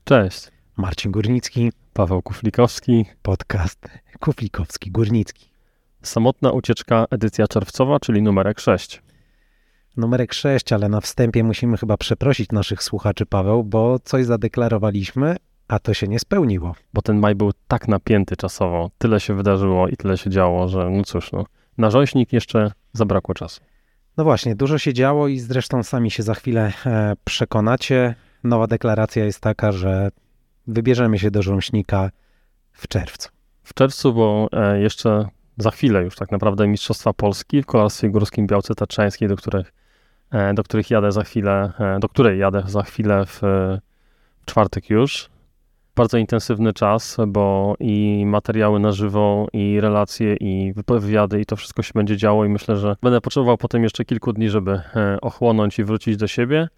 Cześć. Marcin Górnicki, Paweł Kuflikowski. podcast Kuflikowski-Górnicki. Samotna ucieczka, edycja czerwcowa, czyli numerek 6. Numerek 6, ale na wstępie musimy chyba przeprosić naszych słuchaczy, Paweł, bo coś zadeklarowaliśmy, a to się nie spełniło. Bo ten maj był tak napięty czasowo, tyle się wydarzyło i tyle się działo, że no cóż, na Rzońśnik jeszcze zabrakło czasu. No właśnie, dużo się działo i zresztą sami się za chwilę przekonacie. Nowa deklaracja jest taka, że wybierzemy się do Rzońśnika w czerwcu. W czerwcu, bo jeszcze za chwilę już tak naprawdę Mistrzostwa Polski w kolarstwie górskim Białce Tatrzańskiej, do której jadę za chwilę w czwartek już. Bardzo intensywny czas, bo i materiały na żywo, i relacje, i wywiady, i to wszystko się będzie działo i myślę, że będę potrzebował potem jeszcze kilku dni, żeby ochłonąć i wrócić do siebie.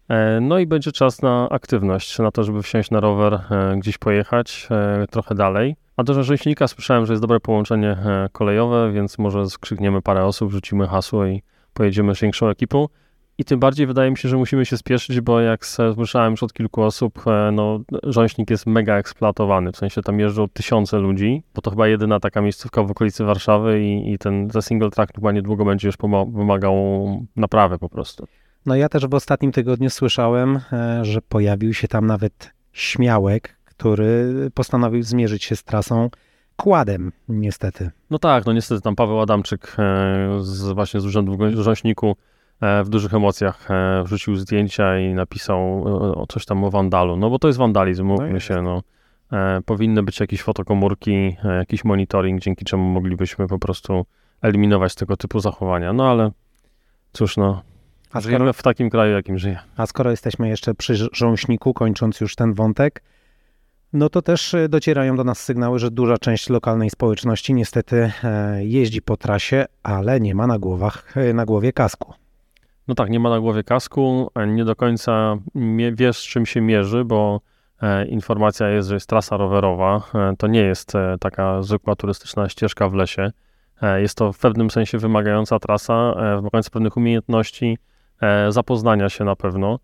No i będzie czas na aktywność, na to, żeby wsiąść na rower, gdzieś pojechać trochę dalej. A do Rzońśnika słyszałem, że jest dobre połączenie kolejowe, więc może skrzykniemy parę osób, rzucimy hasło i pojedziemy z większą ekipą. I tym bardziej wydaje mi się, że musimy się spieszyć, bo jak słyszałem już od kilku osób, Rzońśnik jest mega eksploatowany, w sensie tam jeżdżą tysiące ludzi, bo to chyba jedyna taka miejscówka w okolicy Warszawy i ten single track chyba niedługo będzie już wymagał naprawy po prostu. No ja też w ostatnim tygodniu słyszałem, że pojawił się tam nawet śmiałek, który postanowił zmierzyć się z trasą quadem, niestety. No tak, niestety tam Paweł Adamczyk właśnie z Urzędu w Rzońśniku w dużych emocjach wrzucił zdjęcia i napisał coś tam o wandalu. No bo to jest wandalizm, mówmy się. Powinny być jakieś fotokomórki, jakiś monitoring, dzięki czemu moglibyśmy po prostu eliminować tego typu zachowania. No ale cóż, żyjemy w takim kraju, jakim żyje. A skoro jesteśmy jeszcze przy Rzońśniku, kończąc już ten wątek, no to też docierają do nas sygnały, że duża część lokalnej społeczności niestety jeździ po trasie, ale nie ma na głowie kasku. No tak, nie ma na głowie kasku, nie do końca wie, z czym się mierzy, bo informacja jest, że jest trasa rowerowa. To nie jest taka zwykła turystyczna ścieżka w lesie. Jest to w pewnym sensie wymagająca trasa, wymagająca pewnych umiejętności, zapoznania się na pewno.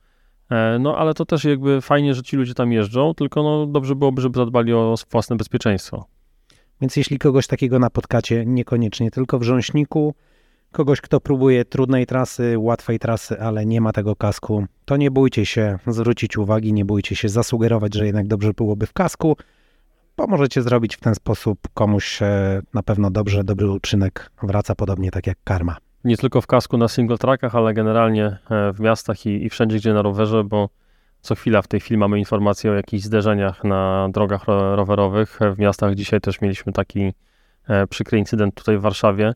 No ale to też jakby fajnie, że ci ludzie tam jeżdżą, tylko dobrze byłoby, żeby zadbali o własne bezpieczeństwo. Więc jeśli kogoś takiego napotkacie, niekoniecznie tylko w Rzońśniku, kogoś, kto próbuje trudnej trasy, łatwej trasy, ale nie ma tego kasku, to nie bójcie się zwrócić uwagi, nie bójcie się zasugerować, że jednak dobrze byłoby w kasku, bo możecie zrobić w ten sposób komuś na pewno dobrze, dobry uczynek wraca podobnie tak jak karma. Nie tylko w kasku na single trackach, ale generalnie w miastach i wszędzie, gdzie na rowerze, bo co chwila w tej chwili mamy informacje o jakichś zderzeniach na drogach rowerowych. W miastach dzisiaj też mieliśmy taki przykry incydent tutaj w Warszawie,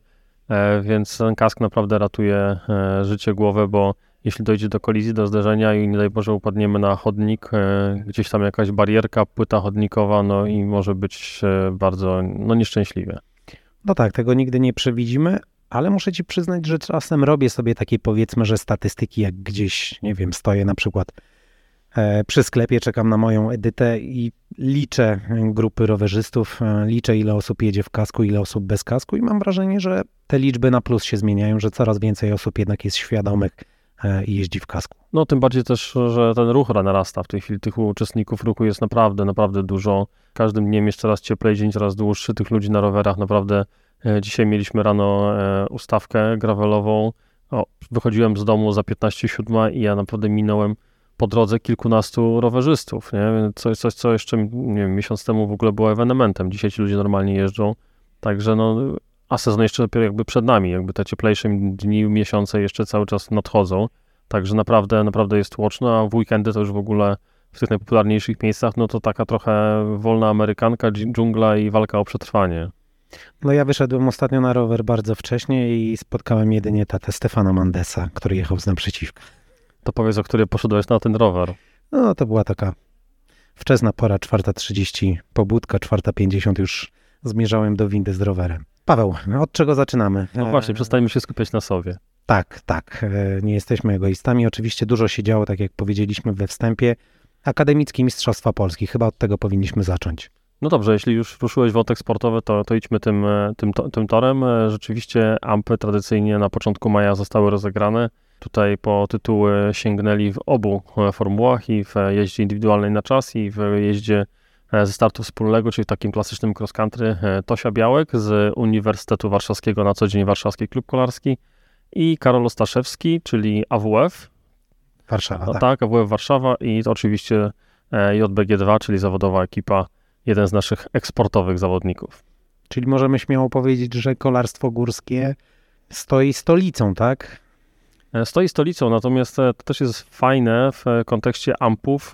więc ten kask naprawdę ratuje życie, głowę, bo jeśli dojdzie do kolizji, do zderzenia i nie daj Boże upadniemy na chodnik, gdzieś tam jakaś barierka, płyta chodnikowa, i może być bardzo nieszczęśliwie. No tak, tego nigdy nie przewidzimy, ale muszę ci przyznać, że czasem robię sobie takie, powiedzmy, że statystyki, jak gdzieś, nie wiem, stoję na przykład przy sklepie, czekam na moją edytę i liczę grupy rowerzystów, liczę ile osób jedzie w kasku, ile osób bez kasku i mam wrażenie, że te liczby na plus się zmieniają, że coraz więcej osób jednak jest świadomych i jeździ w kasku. No tym bardziej też, że ten ruch narasta w tej chwili, tych uczestników ruchu jest naprawdę, naprawdę dużo. Każdym dniem jest coraz cieplej, dzień coraz dłuższy, tych ludzi na rowerach naprawdę. Dzisiaj mieliśmy rano ustawkę gravelową. Wychodziłem z domu za 15:07 i ja naprawdę minąłem po drodze kilkunastu rowerzystów. Nie? Coś, co jeszcze nie wiem, miesiąc temu w ogóle było ewenementem. Dzisiaj ci ludzie normalnie jeżdżą. Także a sezon jeszcze dopiero jakby przed nami. Jakby te cieplejsze dni, miesiące jeszcze cały czas nadchodzą. Także naprawdę, naprawdę jest tłoczno, a w weekendy to już w ogóle w tych najpopularniejszych miejscach, to taka trochę wolna amerykanka, dżungla i walka o przetrwanie. Ja wyszedłem ostatnio na rower bardzo wcześnie i spotkałem jedynie tatę Stefana Mandesa, który jechał z naprzeciwka. To powiedz, o której poszedłeś na ten rower. To była taka wczesna pora, 4:30, pobudka, 4:50 już zmierzałem do windy z rowerem. Paweł, od czego zaczynamy? No właśnie, przestańmy się skupiać na sobie. Tak, nie jesteśmy egoistami. Oczywiście dużo się działo, tak jak powiedzieliśmy we wstępie. Akademickie Mistrzostwa Polski, chyba od tego powinniśmy zacząć. No dobrze, jeśli już ruszyłeś wątek sportowy, to idźmy tym torem. Rzeczywiście ampy tradycyjnie na początku maja zostały rozegrane. tutaj po tytuły sięgnęli w obu formułach, i w jeździe indywidualnej na czas, i w jeździe ze startu wspólnego, czyli w takim klasycznym cross country, Tosia Białek z Uniwersytetu Warszawskiego, na co dzień Warszawski Klub Kolarski, i Karol Ostaszewski, czyli AWF. Warszawa, Tak, AWF Warszawa, i to oczywiście JBG2, czyli zawodowa ekipa, jeden z naszych eksportowych zawodników. Czyli możemy śmiało powiedzieć, że kolarstwo górskie stoi stolicą, tak? Stoi stolicą, natomiast to też jest fajne w kontekście ampów,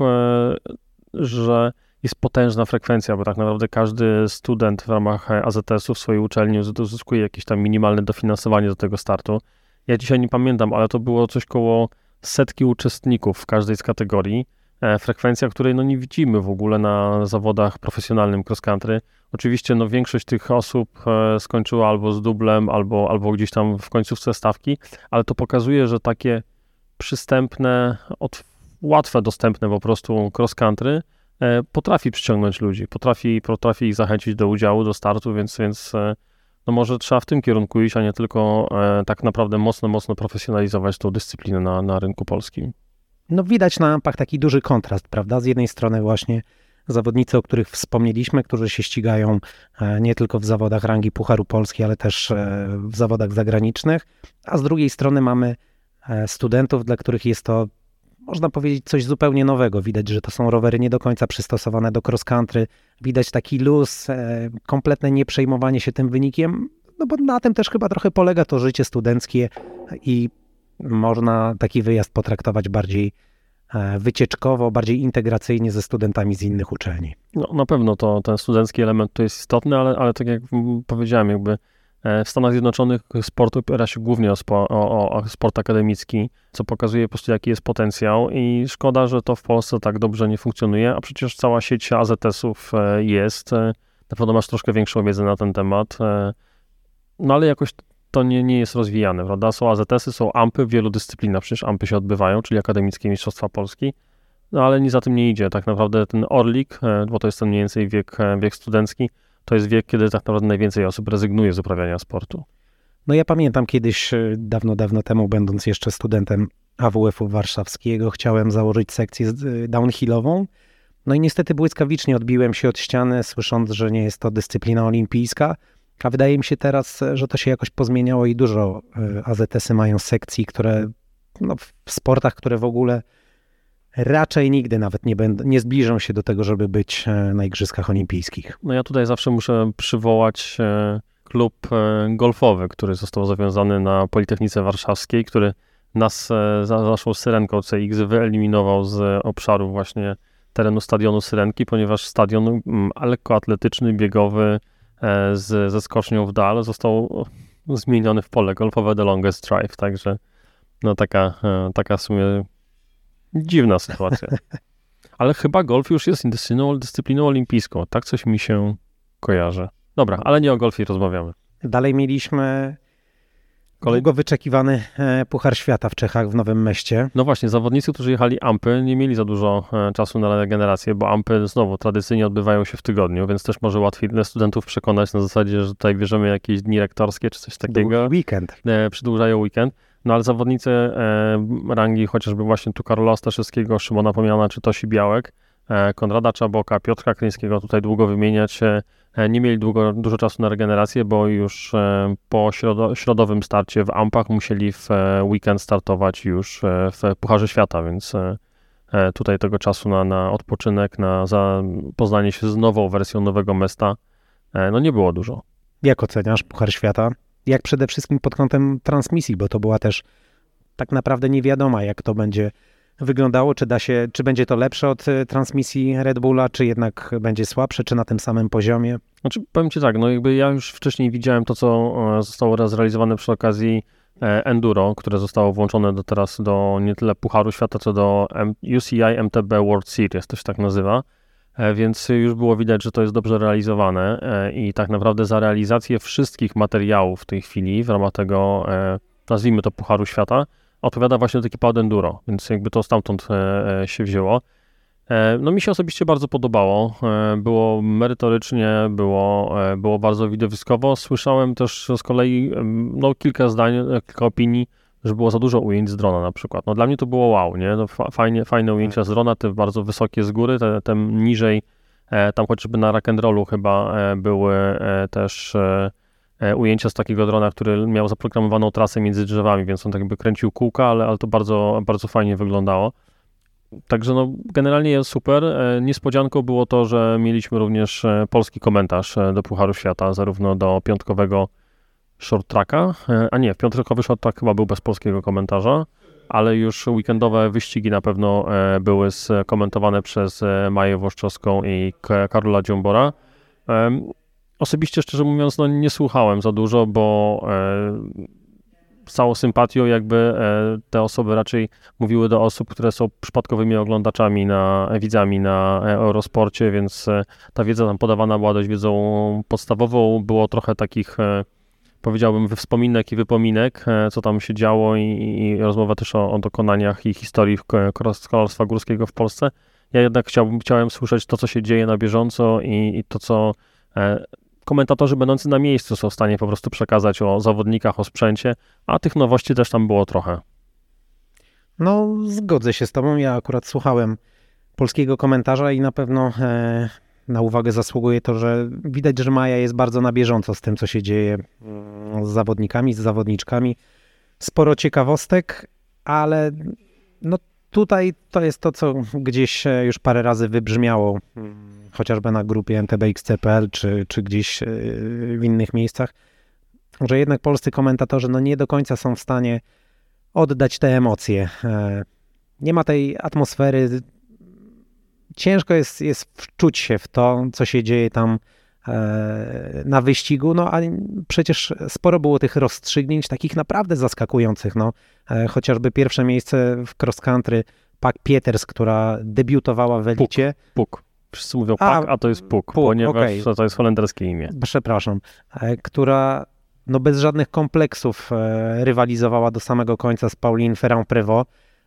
że jest potężna frekwencja, bo tak naprawdę każdy student w ramach AZS-u w swojej uczelni uzyskuje jakieś tam minimalne dofinansowanie do tego startu. Ja dzisiaj nie pamiętam, ale to było coś koło 100 uczestników w każdej z kategorii. Frekwencja, której nie widzimy w ogóle na zawodach profesjonalnym cross country. Oczywiście większość tych osób skończyła albo z dublem, albo gdzieś tam w końcówce stawki, ale to pokazuje, że takie przystępne, łatwe, dostępne po prostu cross country potrafi przyciągnąć ludzi, potrafi ich zachęcić do udziału, do startu, więc może trzeba w tym kierunku iść, a nie tylko tak naprawdę mocno profesjonalizować tą dyscyplinę na rynku polskim. Widać na ampach taki duży kontrast, prawda? Z jednej strony właśnie zawodnicy, o których wspomnieliśmy, którzy się ścigają nie tylko w zawodach rangi Pucharu Polski, ale też w zawodach zagranicznych, a z drugiej strony mamy studentów, dla których jest to, można powiedzieć, coś zupełnie nowego. Widać, że to są rowery nie do końca przystosowane do cross country. Widać taki luz, kompletne nieprzejmowanie się tym wynikiem, bo na tym też chyba trochę polega to życie studenckie i można taki wyjazd potraktować bardziej wycieczkowo, bardziej integracyjnie ze studentami z innych uczelni. Na pewno ten studencki element to jest istotny, ale tak jak powiedziałem, jakby w Stanach Zjednoczonych sport opiera się głównie o sport akademicki, co pokazuje po prostu, jaki jest potencjał, i szkoda, że to w Polsce tak dobrze nie funkcjonuje, a przecież cała sieć AZS-ów jest. Na pewno masz troszkę większą wiedzę na ten temat, ale jakoś to nie jest rozwijane, prawda? Są AZS-y, są ampy w wielu dyscyplinach, przecież ampy się odbywają, czyli Akademickie Mistrzostwa Polski, ale nic za tym nie idzie. Tak naprawdę ten Orlik, bo to jest ten mniej więcej wiek studencki, to jest wiek, kiedy tak naprawdę najwięcej osób rezygnuje z uprawiania sportu. Ja pamiętam kiedyś, dawno temu, będąc jeszcze studentem AWF-u warszawskiego, chciałem założyć sekcję downhillową, i niestety błyskawicznie odbiłem się od ściany, słysząc, że nie jest to dyscyplina olimpijska, a wydaje mi się teraz, że to się jakoś pozmieniało i dużo AZS-y mają sekcji, które w sportach, które w ogóle raczej nigdy nawet nie zbliżą się do tego, żeby być na Igrzyskach Olimpijskich. Ja tutaj zawsze muszę przywołać klub golfowy, który został zawiązany na Politechnice Warszawskiej, który nas za naszą Syrenką CX wyeliminował z obszaru właśnie terenu stadionu Syrenki, ponieważ stadion lekkoatletyczny, biegowy ze skocznią w dal został zmieniony w pole golfowe The Longest Drive, także taka w sumie dziwna sytuacja. Ale chyba golf już jest dyscypliną olimpijską, tak coś mi się kojarzy. Dobra, ale nie o golfie rozmawiamy. Dalej mieliśmy długo wyczekiwany Puchar Świata w Czechach, w Nowym Meście. Właśnie, zawodnicy, którzy jechali ampy, nie mieli za dużo czasu na regenerację, bo ampy znowu tradycyjnie odbywają się w tygodniu, więc też może łatwiej dla studentów przekonać na zasadzie, że tutaj bierzemy jakieś dni rektorskie czy coś takiego. Weekend. Przedłużają weekend. Ale zawodnicy rangi chociażby właśnie tu Karola Ostaszewskiego, Szymona Pomiana czy Tosi Białek, Konrada Czaboka, Piotra Kryńskiego, tutaj długo wymieniać, nie mieli dużo czasu na regenerację, bo już po środowym starcie w ampach musieli w weekend startować już w Pucharze Świata, więc tutaj tego czasu na odpoczynek, na zapoznanie się z nową wersją Nowego Mesta, nie było dużo. Jak oceniasz Puchar Świata? Jak przede wszystkim pod kątem transmisji, bo to była też tak naprawdę niewiadoma, jak to będzie wyglądało, czy będzie to lepsze od transmisji Red Bulla, czy jednak będzie słabsze, czy na tym samym poziomie? Powiem ci tak, jakby ja już wcześniej widziałem to, co zostało zrealizowane przy okazji Enduro, które zostało włączone teraz do nie tyle Pucharu Świata, co do UCI MTB World Series, to się tak nazywa. Więc już było widać, że to jest dobrze realizowane i tak naprawdę za realizację wszystkich materiałów w tej chwili w ramach tego, nazwijmy to Pucharu Świata, odpowiada właśnie ekipa od Enduro, więc jakby to stamtąd się wzięło. Mi się osobiście bardzo podobało, było merytorycznie, było bardzo widowiskowo. Słyszałem też z kolei kilka zdań, kilka opinii że było za dużo ujęć z drona na przykład. No dla mnie to było wow, nie? No, fajne ujęcia z drona, te bardzo wysokie z góry, te niżej, tam chociażby na rock'n'rollu chyba były też ujęcia z takiego drona, który miał zaprogramowaną trasę między drzewami, więc on tak jakby kręcił kółka, ale to bardzo, bardzo fajnie wyglądało. Także no, generalnie jest super. Niespodzianką było to, że mieliśmy również polski komentarz do Pucharu Świata, zarówno do piątkowego short tracka, a nie, piątkowy short track chyba był bez polskiego komentarza, ale już weekendowe wyścigi na pewno były skomentowane przez Maję Włoszczowską i Karola Dziąbora. Osobiście, szczerze mówiąc, no nie słuchałem za dużo, bo z całą sympatią jakby te osoby raczej mówiły do osób, które są przypadkowymi widzami na Eurosporcie, więc ta wiedza tam podawana była dość wiedzą podstawową. Było trochę takich, powiedziałbym, wspominek i wypominek, co tam się działo i rozmowa też o dokonaniach i historii kolarstwa górskiego w Polsce. Ja jednak chciałem słyszeć to, co się dzieje na bieżąco i to, co komentatorzy będący na miejscu są w stanie po prostu przekazać o zawodnikach, o sprzęcie, a tych nowości też tam było trochę. No, zgodzę się z tobą. Ja akurat słuchałem polskiego komentarza i na pewno na uwagę zasługuje to, że widać, że Maja jest bardzo na bieżąco z tym, co się dzieje z zawodnikami, z zawodniczkami. Sporo ciekawostek, ale no tutaj to jest to, co gdzieś już parę razy wybrzmiało, chociażby na grupie NTBXC.pl czy gdzieś w innych miejscach, że jednak polscy komentatorzy no nie do końca są w stanie oddać te emocje. Nie ma tej atmosfery. Ciężko jest wczuć się w to, co się dzieje tam na wyścigu, no a przecież sporo było tych rozstrzygnięć takich naprawdę zaskakujących, no. Chociażby pierwsze miejsce w cross country Pak Pieters, która debiutowała w elicie. Puk. Wszyscy mówią Pak, a to jest Puk, ponieważ to jest holenderskie imię. Przepraszam. Która no bez żadnych kompleksów rywalizowała do samego końca z Pauline Ferrand-Prévot.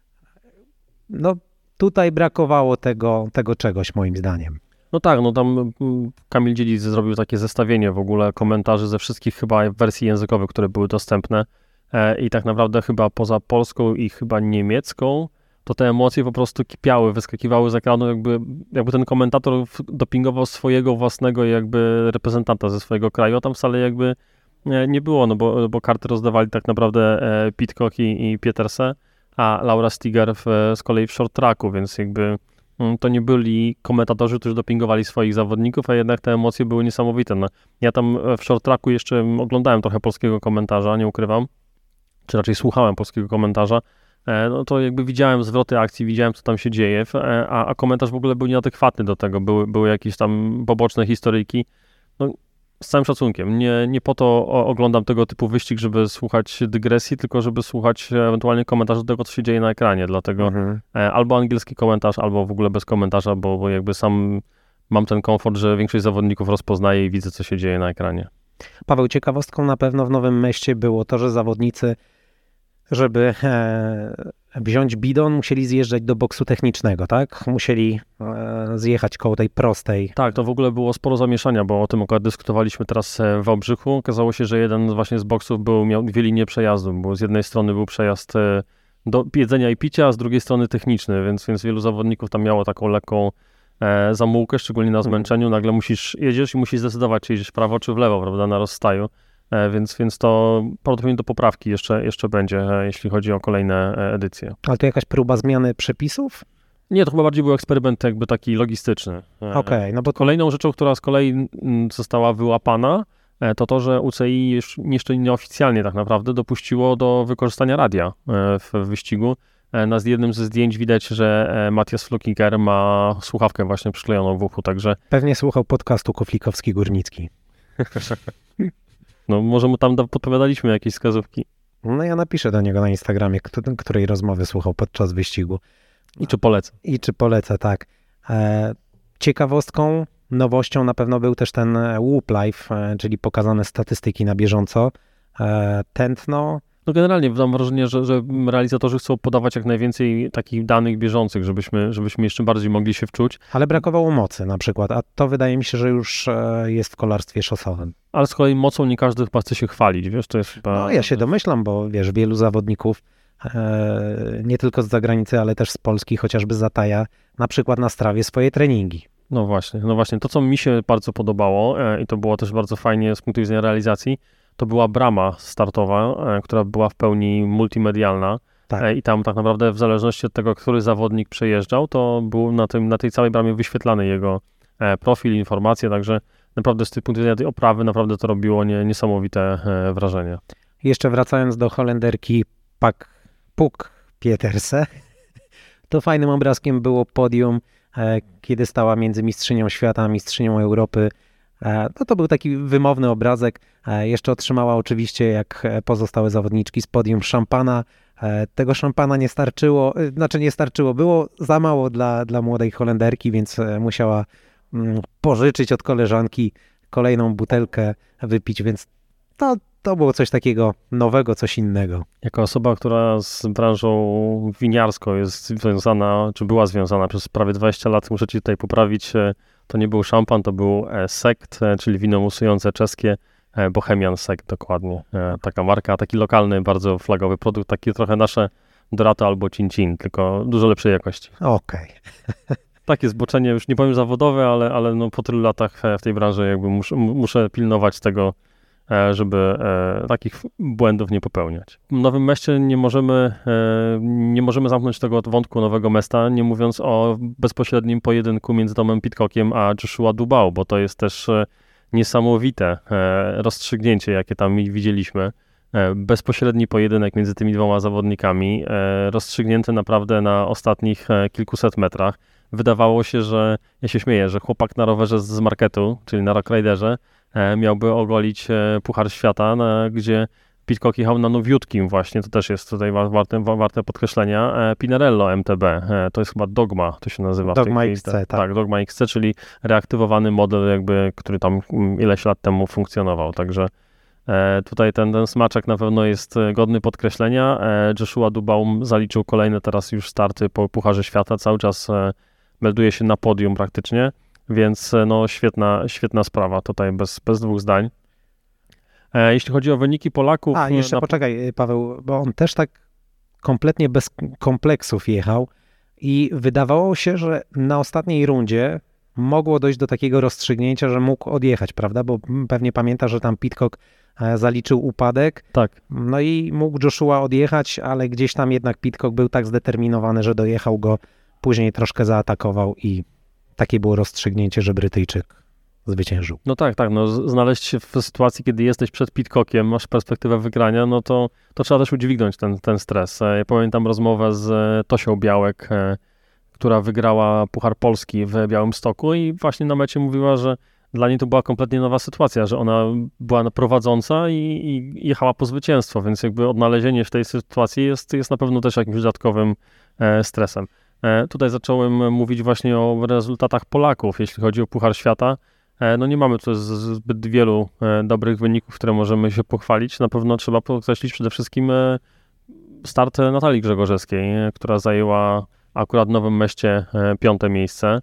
No tutaj brakowało tego czegoś moim zdaniem. No tak, no tam Kamil Dziedzic zrobił takie zestawienie w ogóle komentarzy ze wszystkich chyba wersji językowych, które były dostępne i tak naprawdę chyba poza polską i chyba niemiecką, to te emocje po prostu kipiały, wyskakiwały z ekranu, jakby ten komentator dopingował swojego własnego jakby reprezentanta ze swojego kraju, a tam wcale jakby nie było, no bo karty rozdawali tak naprawdę Pidcock i Pieterse, a Laura Stiger z kolei w short tracku, więc jakby to nie byli komentatorzy, którzy dopingowali swoich zawodników, a jednak te emocje były niesamowite. No, ja tam w short tracku jeszcze oglądałem trochę polskiego komentarza, nie ukrywam, czy raczej słuchałem polskiego komentarza, no to jakby widziałem zwroty akcji, widziałem, co tam się dzieje, a komentarz w ogóle był nieadekwatny do tego, były jakieś tam poboczne historyjki. No, z całym szacunkiem, nie po to oglądam tego typu wyścig, żeby słuchać dygresji, tylko żeby słuchać ewentualnie komentarzy do tego, co się dzieje na ekranie, dlatego albo angielski komentarz, albo w ogóle bez komentarza, bo jakby sam mam ten komfort, że większość zawodników rozpoznaje i widzę, co się dzieje na ekranie. Paweł, ciekawostką na pewno w Nowym Mieście było to, że zawodnicy, żeby wziąć bidon, musieli zjeżdżać do boksu techniczmicznego, tak? Musieli zjechać koło tej prostej. Tak, to w ogóle było sporo zamieszania, bo o tym akurat dyskutowaliśmy teraz w Wałbrzychu. Okazało się, że jeden właśnie z boksów miał dwie linie przejazdu, bo z jednej strony był przejazd do jedzenia i picia, a z drugiej strony techniczny, więc wielu zawodników tam miało taką lekką zamułkę, szczególnie na zmęczeniu. Nagle jedziesz i musisz zdecydować, czy jedziesz w prawo, czy w lewo, prawda, na rozstaju. Więc to prawdopodobnie do poprawki jeszcze będzie, jeśli chodzi o kolejne edycje. Ale to jakaś próba zmiany przepisów? Nie, to chyba bardziej był eksperyment jakby taki logistyczny. Okej, no bo kolejną rzeczą, która z kolei została wyłapana, to, że UCI jeszcze nieoficjalnie tak naprawdę dopuściło do wykorzystania radia w wyścigu. Na jednym ze zdjęć widać, że Matthias Flückiger ma słuchawkę właśnie przyklejoną w uchu, także... Pewnie słuchał podcastu Koflikowski-Górnicki. No może mu tam podpowiadaliśmy jakieś wskazówki. No ja napiszę do niego na Instagramie, której rozmowy słuchał podczas wyścigu. I czy polecę, tak. Ciekawostką, nowością na pewno był też ten Whoop Live, czyli pokazane statystyki na bieżąco. Tętno, No generalnie mam wrażenie, że realizatorzy chcą podawać jak najwięcej takich danych bieżących, żebyśmy jeszcze bardziej mogli się wczuć. Ale brakowało mocy na przykład, a to wydaje mi się, że już jest w kolarstwie szosowym. Ale z kolei mocą nie każdy chyba chce się chwalić, wiesz, to jest chyba... No ja się domyślam, bo wiesz, wielu zawodników nie tylko z zagranicy, ale też z Polski chociażby zataja na przykład na Strawie swoje treningi. No właśnie. To, co mi się bardzo podobało i to było też bardzo fajnie z punktu widzenia realizacji, to była brama startowa, która była w pełni multimedialna. Tak. I tam tak naprawdę w zależności od tego, który zawodnik przejeżdżał, to był na tej całej bramie wyświetlany jego profil, informacje, także naprawdę z punktu widzenia tej oprawy naprawdę to robiło niesamowite wrażenie. Jeszcze wracając do Holenderki Puk Pieterse, to fajnym obrazkiem było podium, kiedy stała między mistrzynią świata a mistrzynią Europy. No to był taki wymowny obrazek. Jeszcze otrzymała oczywiście, jak pozostałe zawodniczki, z podium szampana. Tego szampana nie starczyło, było za mało dla młodej Holenderki, więc musiała pożyczyć od koleżanki kolejną butelkę, wypić, więc to było coś takiego nowego, coś innego. Jako osoba, która z branżą winiarską jest związana, czy była związana przez prawie 20 lat, muszę ci tutaj poprawić, to nie był szampan, to był sekt, czyli wino musujące czeskie, Bohemian Sekt dokładnie. Taka marka, taki lokalny, bardzo flagowy produkt, taki trochę nasze Dorato albo Cin Cin, tylko dużo lepszej jakości. Okej. Takie zboczenie, już nie powiem zawodowe, ale no po tylu latach w tej branży jakby muszę pilnować tego, żeby takich błędów nie popełniać. W Nowym Meście nie możemy zamknąć tego wątku Nowego Mesta, nie mówiąc o bezpośrednim pojedynku między Tomem Pidcockiem a Joshua Dubau, bo to jest też niesamowite rozstrzygnięcie, jakie tam widzieliśmy. Bezpośredni pojedynek między tymi dwoma zawodnikami, rozstrzygnięty naprawdę na ostatnich kilkuset metrach. Wydawało się, że, ja się śmieję, że chłopak na rowerze z marketu, czyli na Rock Riderze, miałby ogolić Puchar Świata, gdzie Pidcock jechał na nowiutkim właśnie, to też jest tutaj warte podkreślenia, Pinarello MTB, to jest chyba Dogma, to się nazywa. Dogma XC, tak. Tak, Dogma XC, czyli reaktywowany model jakby, który tam ileś lat temu funkcjonował, także tutaj ten smaczek na pewno jest godny podkreślenia. Joshua Dubau zaliczył kolejne teraz już starty po Pucharze Świata, cały czas melduje się na podium praktycznie, więc no świetna sprawa tutaj, bez dwóch zdań. Jeśli chodzi o wyniki Polaków... Jeszcze poczekaj, Paweł, bo on też tak kompletnie bez kompleksów jechał i wydawało się, że na ostatniej rundzie mogło dojść do takiego rozstrzygnięcia, że mógł odjechać, prawda? Bo pewnie pamięta, że tam Pidcock zaliczył upadek. Tak. No i mógł Joshua odjechać, ale gdzieś tam jednak Pidcock był tak zdeterminowany, że dojechał go, później troszkę zaatakował i takie było rozstrzygnięcie, że Brytyjczyk zwyciężył. No tak, no znaleźć się w sytuacji, kiedy jesteś przed Pidcockiem, masz perspektywę wygrania, no to trzeba też udźwignąć ten stres. Ja pamiętam rozmowę z Tosią Białek, która wygrała Puchar Polski w Białymstoku i właśnie na mecie mówiła, że dla niej to była kompletnie nowa sytuacja, że ona była prowadząca i jechała po zwycięstwo, więc jakby odnalezienie w tej sytuacji jest na pewno też jakimś dodatkowym stresem. Tutaj zacząłem mówić właśnie o rezultatach Polaków, jeśli chodzi o Puchar Świata. No nie mamy tu zbyt wielu dobrych wyników, które możemy się pochwalić. Na pewno trzeba podkreślić przede wszystkim start Natalii Grzegorzewskiej, która zajęła akurat w Nowym Meście 5. miejsce.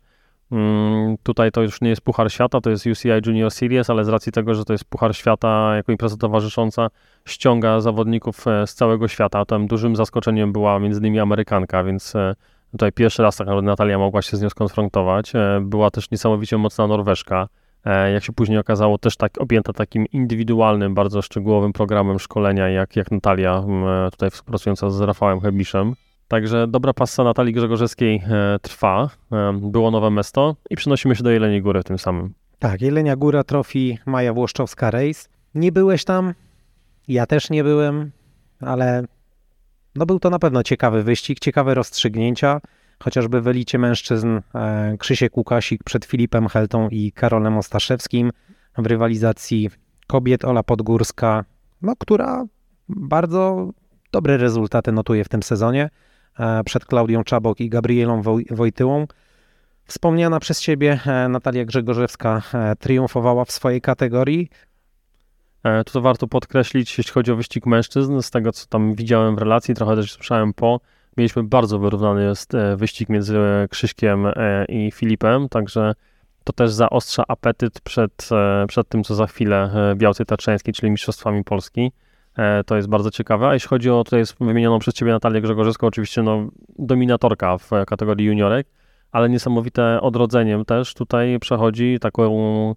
Tutaj to już nie jest Puchar Świata, to jest UCI Junior Series, ale z racji tego, że to jest Puchar Świata jako impreza towarzysząca, ściąga zawodników z całego świata. Tam dużym zaskoczeniem była między innymi Amerykanka, więc tutaj pierwszy raz tak naprawdę Natalia mogła się z nią skonfrontować. Była też niesamowicie mocna Norweżka. Jak się później okazało, też tak objęta takim indywidualnym, bardzo szczegółowym programem szkolenia, jak Natalia, tutaj współpracująca z Rafałem Hebiszem. Także dobra passa Natalii Grzegorzewskiej trwa. Było Nowe Mesto i przenosimy się do Jeleniej Góry tym samym. Tak, Jelenia Góra, Trophy Maja Włoszczowska Race. Nie byłeś tam, ja też nie byłem, ale no był to na pewno ciekawy wyścig, ciekawe rozstrzygnięcia, chociażby w elicie mężczyzn Krzysiek Łukasik przed Filipem Heltą i Karolem Ostaszewskim, w rywalizacji kobiet Ola Podgórska, no, która bardzo dobre rezultaty notuje w tym sezonie, przed Klaudią Czabok i Gabrielą Wojtyłą. Wspomniana przez ciebie Natalia Grzegorzewska triumfowała w swojej kategorii. To warto podkreślić, jeśli chodzi o wyścig mężczyzn, z tego co tam widziałem w relacji, trochę też słyszałem mieliśmy bardzo wyrównany wyścig między Krzyśkiem i Filipem, także to też zaostrza apetyt przed tym, co za chwilę Białcej Tatrzańskiej, czyli Mistrzostwami Polski. To jest bardzo ciekawe. A jeśli chodzi o tutaj wymienioną przez Ciebie Natalię Grzegorzewską, oczywiście dominatorka w kategorii juniorek, ale niesamowite odrodzeniem też tutaj przechodzi taką,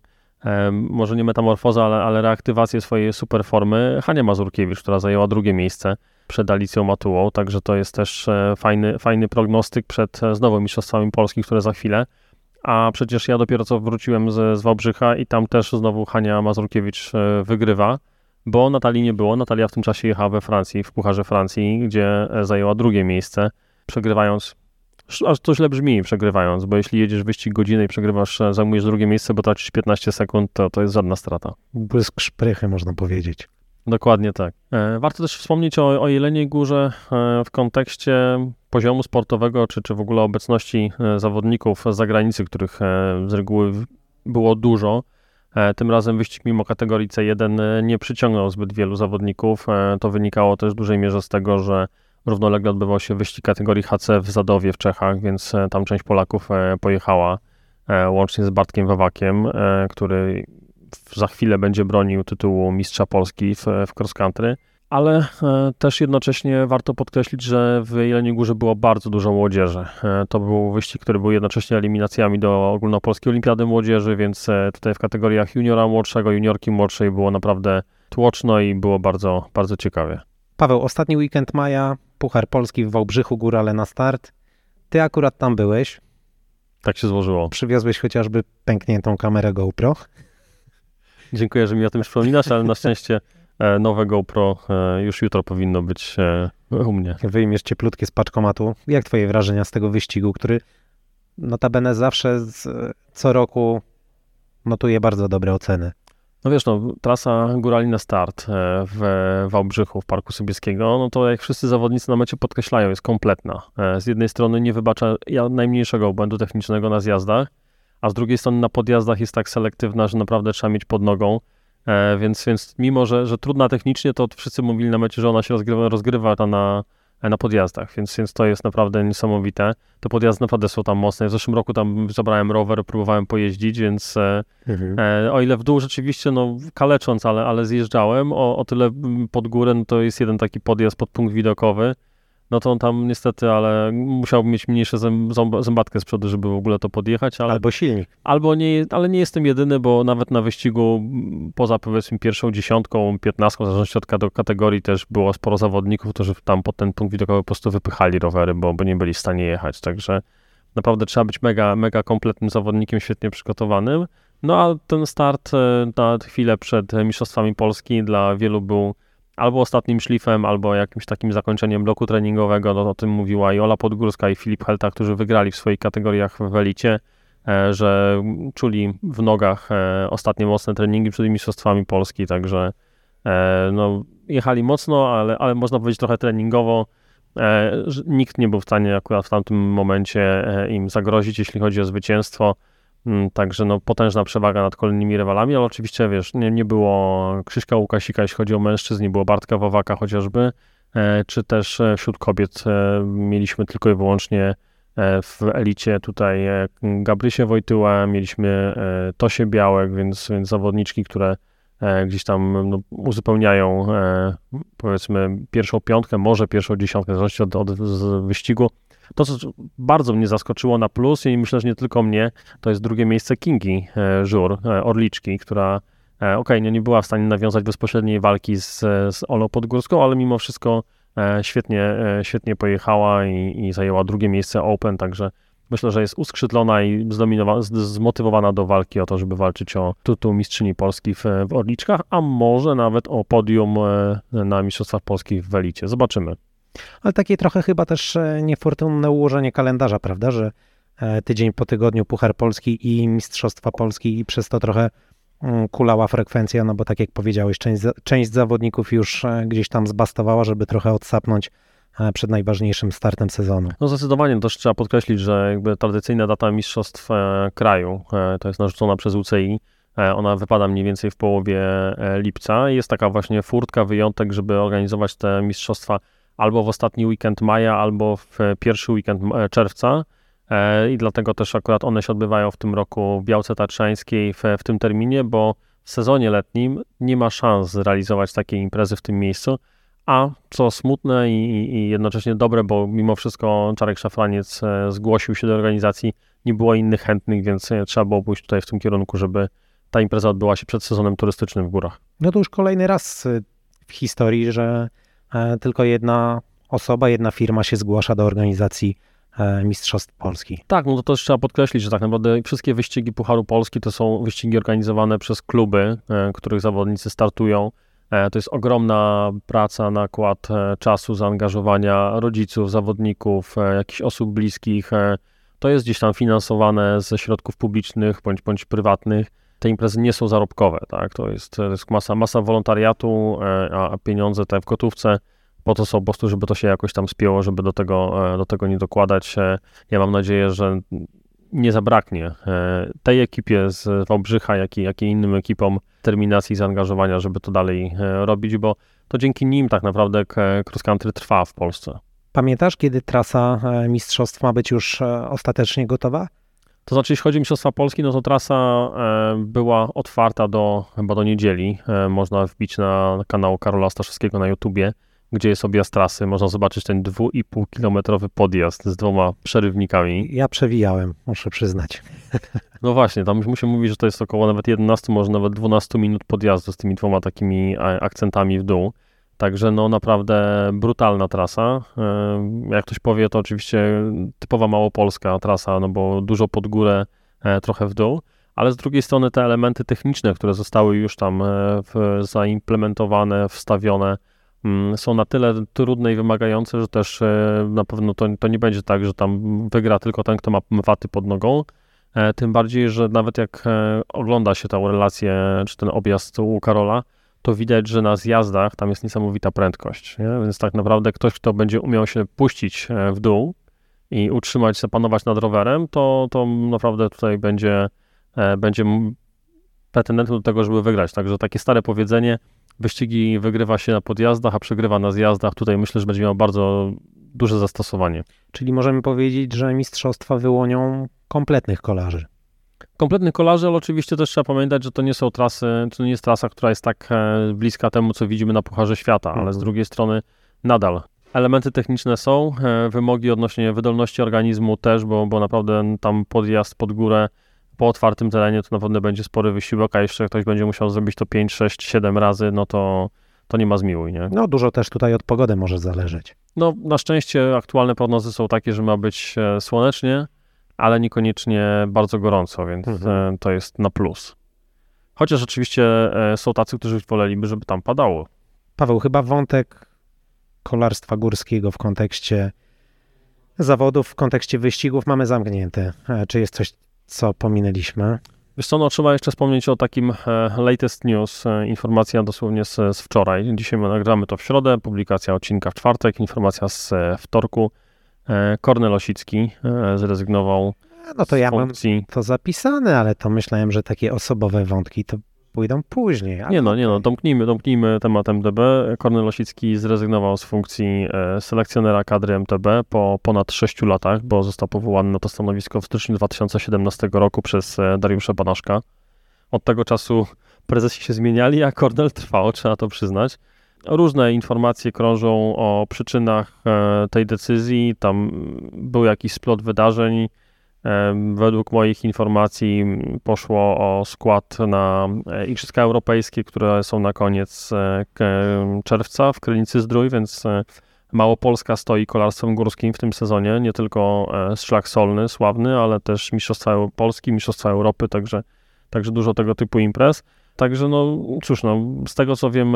może nie metamorfozę, ale reaktywację swojej superformy Hania Mazurkiewicz, która zajęła drugie miejsce przed Alicją Matułą, także to jest też fajny prognostyk przed znowu Mistrzostwami Polski, które za chwilę. A przecież ja dopiero co wróciłem z Wałbrzycha i tam też znowu Hania Mazurkiewicz wygrywa, bo Natalii nie było. Natalia w tym czasie jechała we Francji, w Pucharze Francji, gdzie zajęła drugie miejsce, przegrywając, aż to źle brzmi przegrywając, bo jeśli jedziesz wyścig godzinę i przegrywasz, zajmujesz drugie miejsce, bo tracisz 15 sekund, to jest żadna strata. Błysk szprychy, można powiedzieć. Dokładnie tak. Warto też wspomnieć o Jeleniej Górze w kontekście poziomu sportowego, czy w ogóle obecności zawodników z zagranicy, których z reguły było dużo. Tym razem wyścig mimo kategorii C1 nie przyciągnął zbyt wielu zawodników. To wynikało też w dużej mierze z tego, że równolegle odbywał się wyścig kategorii HC w Zadowie w Czechach, więc tam część Polaków pojechała, łącznie z Bartkiem Wawakiem, który za chwilę będzie bronił tytułu mistrza Polski w cross country, ale też jednocześnie warto podkreślić, że w Jeleniej Górze było bardzo dużo młodzieży. To był wyścig, który był jednocześnie eliminacjami do Ogólnopolskiej Olimpiady Młodzieży, więc tutaj w kategoriach juniora młodszego, juniorki młodszej było naprawdę tłoczno i było bardzo, bardzo ciekawie. Paweł, ostatni weekend maja, Puchar Polski w Wałbrzychu, Górale na start. Ty akurat tam byłeś. Tak się złożyło. Przywiozłeś chociażby pękniętą kamerę GoPro. Dziękuję, że mi o tym przypominasz, ale na szczęście nowe GoPro już jutro powinno być u mnie. Wyjmiesz cieplutkie z paczkomatu. Jak twoje wrażenia z tego wyścigu, który notabene zawsze co roku notuje bardzo dobre oceny? No wiesz, trasa Górali na start w Wałbrzychu, w Parku Sobieskiego, no to jak wszyscy zawodnicy na mecie podkreślają, jest kompletna. Z jednej strony nie wybacza najmniejszego błędu technicznego na zjazdach, a z drugiej strony na podjazdach jest tak selektywna, że naprawdę trzeba mieć pod nogą. Więc mimo, że trudna technicznie, to wszyscy mówili na mecie, że ona się rozgrywa na podjazdach, więc to jest naprawdę niesamowite. Te podjazdy naprawdę są tam mocne. W zeszłym roku tam zabrałem rower, próbowałem pojeździć, więc o ile w dół rzeczywiście, kalecząc, ale zjeżdżałem, o tyle pod górę, to jest jeden taki podjazd pod punkt widokowy. No to on tam niestety, ale musiał mieć mniejsze zębatkę z przodu, żeby w ogóle to podjechać. Albo silnik. Ale nie jestem jedyny, bo nawet na wyścigu poza powiedzmy pierwszą 10, 15, w zależności od kategorii też było sporo zawodników, którzy tam pod ten punkt widokowy po prostu wypychali rowery, bo nie byli w stanie jechać. Także naprawdę trzeba być mega kompletnym zawodnikiem, świetnie przygotowanym. No a ten start na chwilę przed Mistrzostwami Polski dla wielu był albo ostatnim szlifem, albo jakimś takim zakończeniem bloku treningowego. O tym mówiła i Ola Podgórska, i Filip Helta, którzy wygrali w swoich kategoriach w elicie, że czuli w nogach ostatnie mocne treningi przed Mistrzostwami Polski, także jechali mocno, ale można powiedzieć trochę treningowo. Nikt nie był w stanie akurat w tamtym momencie im zagrozić, jeśli chodzi o zwycięstwo. Także potężna przewaga nad kolejnymi rywalami, ale oczywiście wiesz, nie było Krzyśka Łukasika, jeśli chodzi o mężczyzn, nie było Bartka Wawaka chociażby, czy też wśród kobiet mieliśmy tylko i wyłącznie w elicie tutaj Gabrysię Wojtyłę, mieliśmy Tosię Białek, więc zawodniczki, które gdzieś tam uzupełniają powiedzmy pierwszą piątkę, może pierwszą dziesiątkę, w zależności od wyścigu. To, co bardzo mnie zaskoczyło na plus i myślę, że nie tylko mnie, to jest drugie miejsce Kingi Żur, Orliczki, która nie była w stanie nawiązać bezpośredniej walki z Olą Podgórską, ale mimo wszystko świetnie pojechała i zajęła drugie miejsce Open, także myślę, że jest uskrzydlona i zmotywowana do walki o to, żeby walczyć o tytuł mistrzyni Polski w Orliczkach, a może nawet o podium na Mistrzostwach Polskich w elicie. Zobaczymy. Ale takie trochę chyba też niefortunne ułożenie kalendarza, prawda, że tydzień po tygodniu Puchar Polski i Mistrzostwa Polski i przez to trochę kulała frekwencja, bo tak jak powiedziałeś, część zawodników już gdzieś tam zbastowała, żeby trochę odsapnąć przed najważniejszym startem sezonu. Zdecydowanie też trzeba podkreślić, że jakby tradycyjna data mistrzostw kraju, to jest narzucona przez UCI, Ona wypada mniej więcej w połowie lipca. Jest taka właśnie furtka, wyjątek, żeby organizować te mistrzostwa albo w ostatni weekend maja, albo w pierwszy weekend czerwca. I dlatego też akurat one się odbywają w tym roku w Białce Tatrzańskiej w tym terminie, bo w sezonie letnim nie ma szans zrealizować takiej imprezy w tym miejscu. A co smutne i jednocześnie dobre, bo mimo wszystko Czarek Szafraniec zgłosił się do organizacji, nie było innych chętnych, więc trzeba było pójść tutaj w tym kierunku, żeby ta impreza odbyła się przed sezonem turystycznym w górach. No to już kolejny raz w historii, że tylko jedna osoba, jedna firma się zgłasza do organizacji Mistrzostw Polski. Tak, no to też trzeba podkreślić, że tak naprawdę wszystkie wyścigi Pucharu Polski to są wyścigi organizowane przez kluby, których zawodnicy startują. To jest ogromna praca, nakład czasu, zaangażowania rodziców, zawodników, jakichś osób bliskich. To jest gdzieś tam finansowane ze środków publicznych bądź prywatnych. Te imprezy nie są zarobkowe, tak? To jest masa wolontariatu, a pieniądze te w gotówce po to są po prostu, żeby to się jakoś tam spięło, żeby do tego nie dokładać. Ja mam nadzieję, że nie zabraknie tej ekipie z Wałbrzycha, jak i innym ekipom determinacji i zaangażowania, żeby to dalej robić, bo to dzięki nim tak naprawdę cross country trwa w Polsce. Pamiętasz, kiedy trasa mistrzostw ma być już ostatecznie gotowa? To znaczy, jeśli chodzi o Mistrzostwa Polski, no to trasa była otwarta chyba do niedzieli. Można wbić na kanał Karola Staszewskiego na YouTubie, gdzie jest objazd trasy. Można zobaczyć ten 2,5-kilometrowy podjazd z 2 przerywnikami. Ja przewijałem, muszę przyznać. No właśnie, tam już muszę mówić, że to jest około nawet 11, może nawet 12 minut podjazdu z tymi 2 takimi akcentami w dół. Także no naprawdę brutalna trasa. Jak ktoś powie, to oczywiście typowa małopolska trasa, no bo dużo pod górę, trochę w dół. Ale z drugiej strony te elementy techniczne, które zostały już tam zaimplementowane, wstawione, są na tyle trudne i wymagające, że też na pewno to nie będzie tak, że tam wygra tylko ten, kto ma waty pod nogą. Tym bardziej, że nawet jak ogląda się tę relację, czy ten objazd u Karola, to widać, że na zjazdach tam jest niesamowita prędkość. Nie? Więc tak naprawdę ktoś, kto będzie umiał się puścić w dół i utrzymać, zapanować nad rowerem, to naprawdę tutaj będzie pretendentem do tego, żeby wygrać. Także takie stare powiedzenie, wyścigi wygrywa się na podjazdach, a przegrywa na zjazdach. Tutaj myślę, że będzie miał bardzo duże zastosowanie. Czyli możemy powiedzieć, że mistrzostwa wyłonią kompletnych kolarzy. Kompletnych kolarzy, ale oczywiście też trzeba pamiętać, że to nie są trasy, to nie jest trasa, która jest tak bliska temu, co widzimy na Pucharze Świata, ale z drugiej strony nadal elementy techniczne są, wymogi odnośnie wydolności organizmu też, bo naprawdę tam podjazd pod górę po otwartym terenie to naprawdę będzie spory wysiłek, a jeszcze ktoś będzie musiał zrobić to 5, 6, 7 razy, no to nie ma zmiłuj, nie? No dużo też tutaj od pogody może zależeć. No na szczęście aktualne prognozy są takie, że ma być słonecznie, ale niekoniecznie bardzo gorąco, więc to jest na plus. Chociaż oczywiście są tacy, którzy woleliby, żeby tam padało. Paweł, chyba wątek kolarstwa górskiego w kontekście zawodów, w kontekście wyścigów mamy zamknięty. Czy jest coś, co pominęliśmy? Wiesz co, no trzeba jeszcze wspomnieć o takim latest news, informacja dosłownie z wczoraj. Dzisiaj my nagramy to w środę, publikacja odcinka w czwartek, informacja z wtorku. Kornel Osicki zrezygnował no to z ja funkcji. Mam to zapisane, ale to myślałem, że takie osobowe wątki to pójdą później. Ale... Nie no, domknijmy temat MTB. Kornel Osicki zrezygnował z funkcji selekcjonera kadry MTB po ponad 6 latach, bo został powołany na to stanowisko w styczniu 2017 roku przez Dariusza Banaszka. Od tego czasu prezesi się zmieniali, a Kornel trwał, trzeba to przyznać. Różne informacje krążą o przyczynach tej decyzji. Tam był jakiś splot wydarzeń. Według moich informacji poszło o skład na Igrzyska Europejskie, które są na koniec czerwca w Krynicy-Zdrój, więc Małopolska stoi kolarstwem górskim w tym sezonie. Nie tylko szlak solny, sławny, ale też Mistrzostwa Polski, Mistrzostwa Europy, także dużo tego typu imprez. Także no cóż, no, z tego co wiem,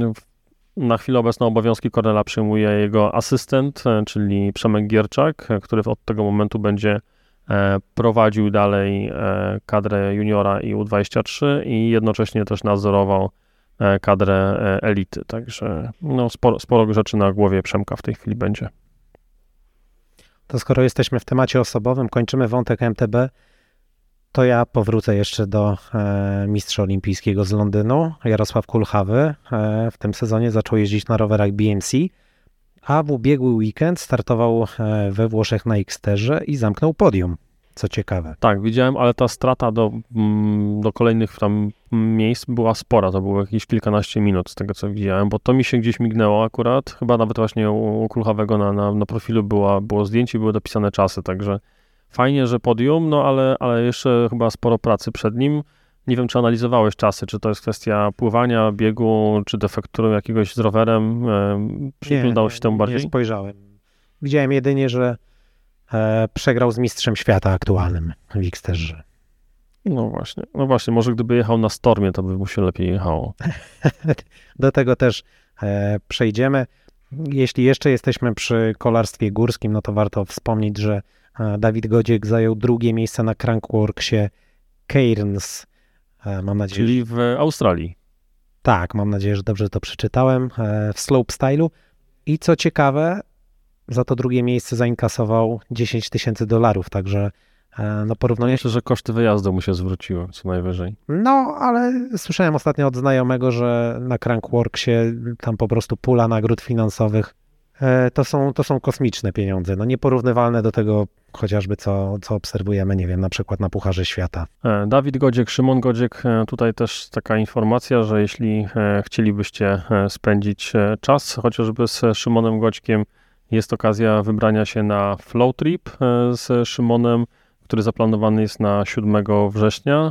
na chwilę obecną obowiązki Kornela przyjmuje jego asystent, czyli Przemek Gierczak, który od tego momentu będzie prowadził dalej kadrę juniora i U23 i jednocześnie też nadzorował kadrę elity. Także no, sporo rzeczy na głowie Przemka w tej chwili będzie. To skoro jesteśmy w temacie osobowym, kończymy wątek MTB, To ja powrócę jeszcze do mistrza olimpijskiego z Londynu, Jarosław Kulchawy. W tym sezonie zaczął jeździć na rowerach BMC, a w ubiegły weekend startował we Włoszech na Xterze i zamknął podium, co ciekawe. Tak, widziałem, ale ta strata do kolejnych tam miejsc była spora, to było jakieś kilkanaście minut z tego, co widziałem, bo to mi się gdzieś mignęło akurat, chyba nawet właśnie u Kulchawego na profilu było zdjęcie, były dopisane czasy, także fajnie, że podium, no ale jeszcze chyba sporo pracy przed nim. Nie wiem, czy analizowałeś czasy, czy to jest kwestia pływania, biegu, czy defektu jakiegoś z rowerem. Przyglądałeś się temu bardziej? Nie spojrzałem. Widziałem jedynie, że przegrał z mistrzem świata aktualnym w Xterze. No właśnie, może gdyby jechał na Stormie, to by mu się lepiej jechało. Do tego też przejdziemy. Jeśli jeszcze jesteśmy przy kolarstwie górskim, no to warto wspomnieć, że Dawid Godziek zajął drugie miejsce na Crankworxie Cairns. Mam nadzieję, czyli w Australii. Tak, mam nadzieję, że dobrze to przeczytałem. W slopestylu. I co ciekawe, za to drugie miejsce zainkasował $10,000, także no porównuję. Myślę, że koszty wyjazdu mu się zwróciły, co najwyżej. No, ale słyszałem ostatnio od znajomego, że na Crankworxie tam po prostu pula nagród finansowych to są kosmiczne pieniądze, no nieporównywalne do tego chociażby co obserwujemy, nie wiem, na przykład na Pucharze Świata. Dawid Godziek, Szymon Godziek, tutaj też taka informacja, że jeśli chcielibyście spędzić czas chociażby z Szymonem Goćkiem, jest okazja wybrania się na Flow Trip z Szymonem, który zaplanowany jest na 7 września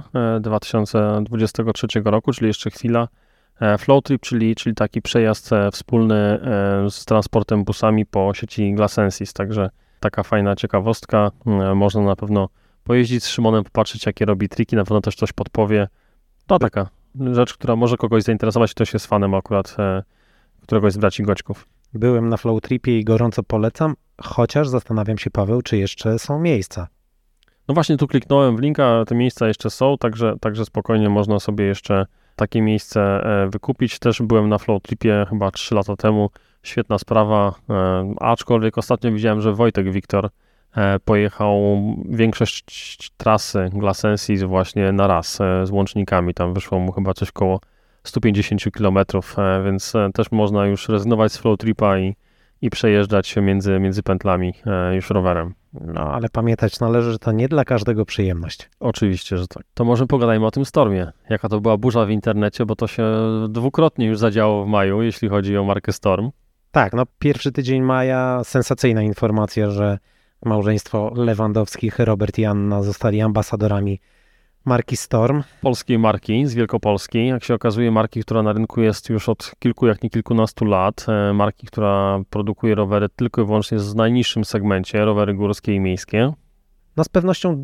2023 roku, czyli jeszcze chwila. Flow Trip, czyli taki przejazd wspólny z transportem busami po sieci Glasensis, także taka fajna ciekawostka. Można na pewno pojeździć z Szymonem, popatrzeć jakie robi triki, na pewno też coś podpowie. To taka rzecz, która może kogoś zainteresować, ktoś jest fanem akurat któregoś z braci Goćków. Byłem na Flow Tripie i gorąco polecam, chociaż zastanawiam się, Paweł, czy jeszcze są miejsca. No właśnie tu kliknąłem w linka, te miejsca jeszcze są, także spokojnie można sobie jeszcze takie miejsce wykupić. Też byłem na Flow Tripie chyba 3 lata temu. Świetna sprawa, aczkolwiek ostatnio widziałem, że Wojtek Wiktor pojechał większość trasy Glasensis właśnie na raz z łącznikami. Tam wyszło mu chyba coś koło 150 km, więc też można już rezygnować z Flow Tripa i przejeżdżać się między pętlami już rowerem. No, ale pamiętać należy, że to nie dla każdego przyjemność. Oczywiście, że tak. To może pogadajmy o tym Stormie. Jaka to była burza w internecie, bo to się dwukrotnie już zadziało w maju, jeśli chodzi o markę Storm. Tak, no pierwszy tydzień maja, sensacyjna informacja, że małżeństwo Lewandowskich, Robert i Anna, zostali ambasadorami marki Storm. Polskiej marki z Wielkopolski. Jak się okazuje, marki, która na rynku jest już od kilku, jak nie kilkunastu lat. Marki, która produkuje rowery tylko i wyłącznie w najniższym segmencie, rowery górskie i miejskie. No z pewnością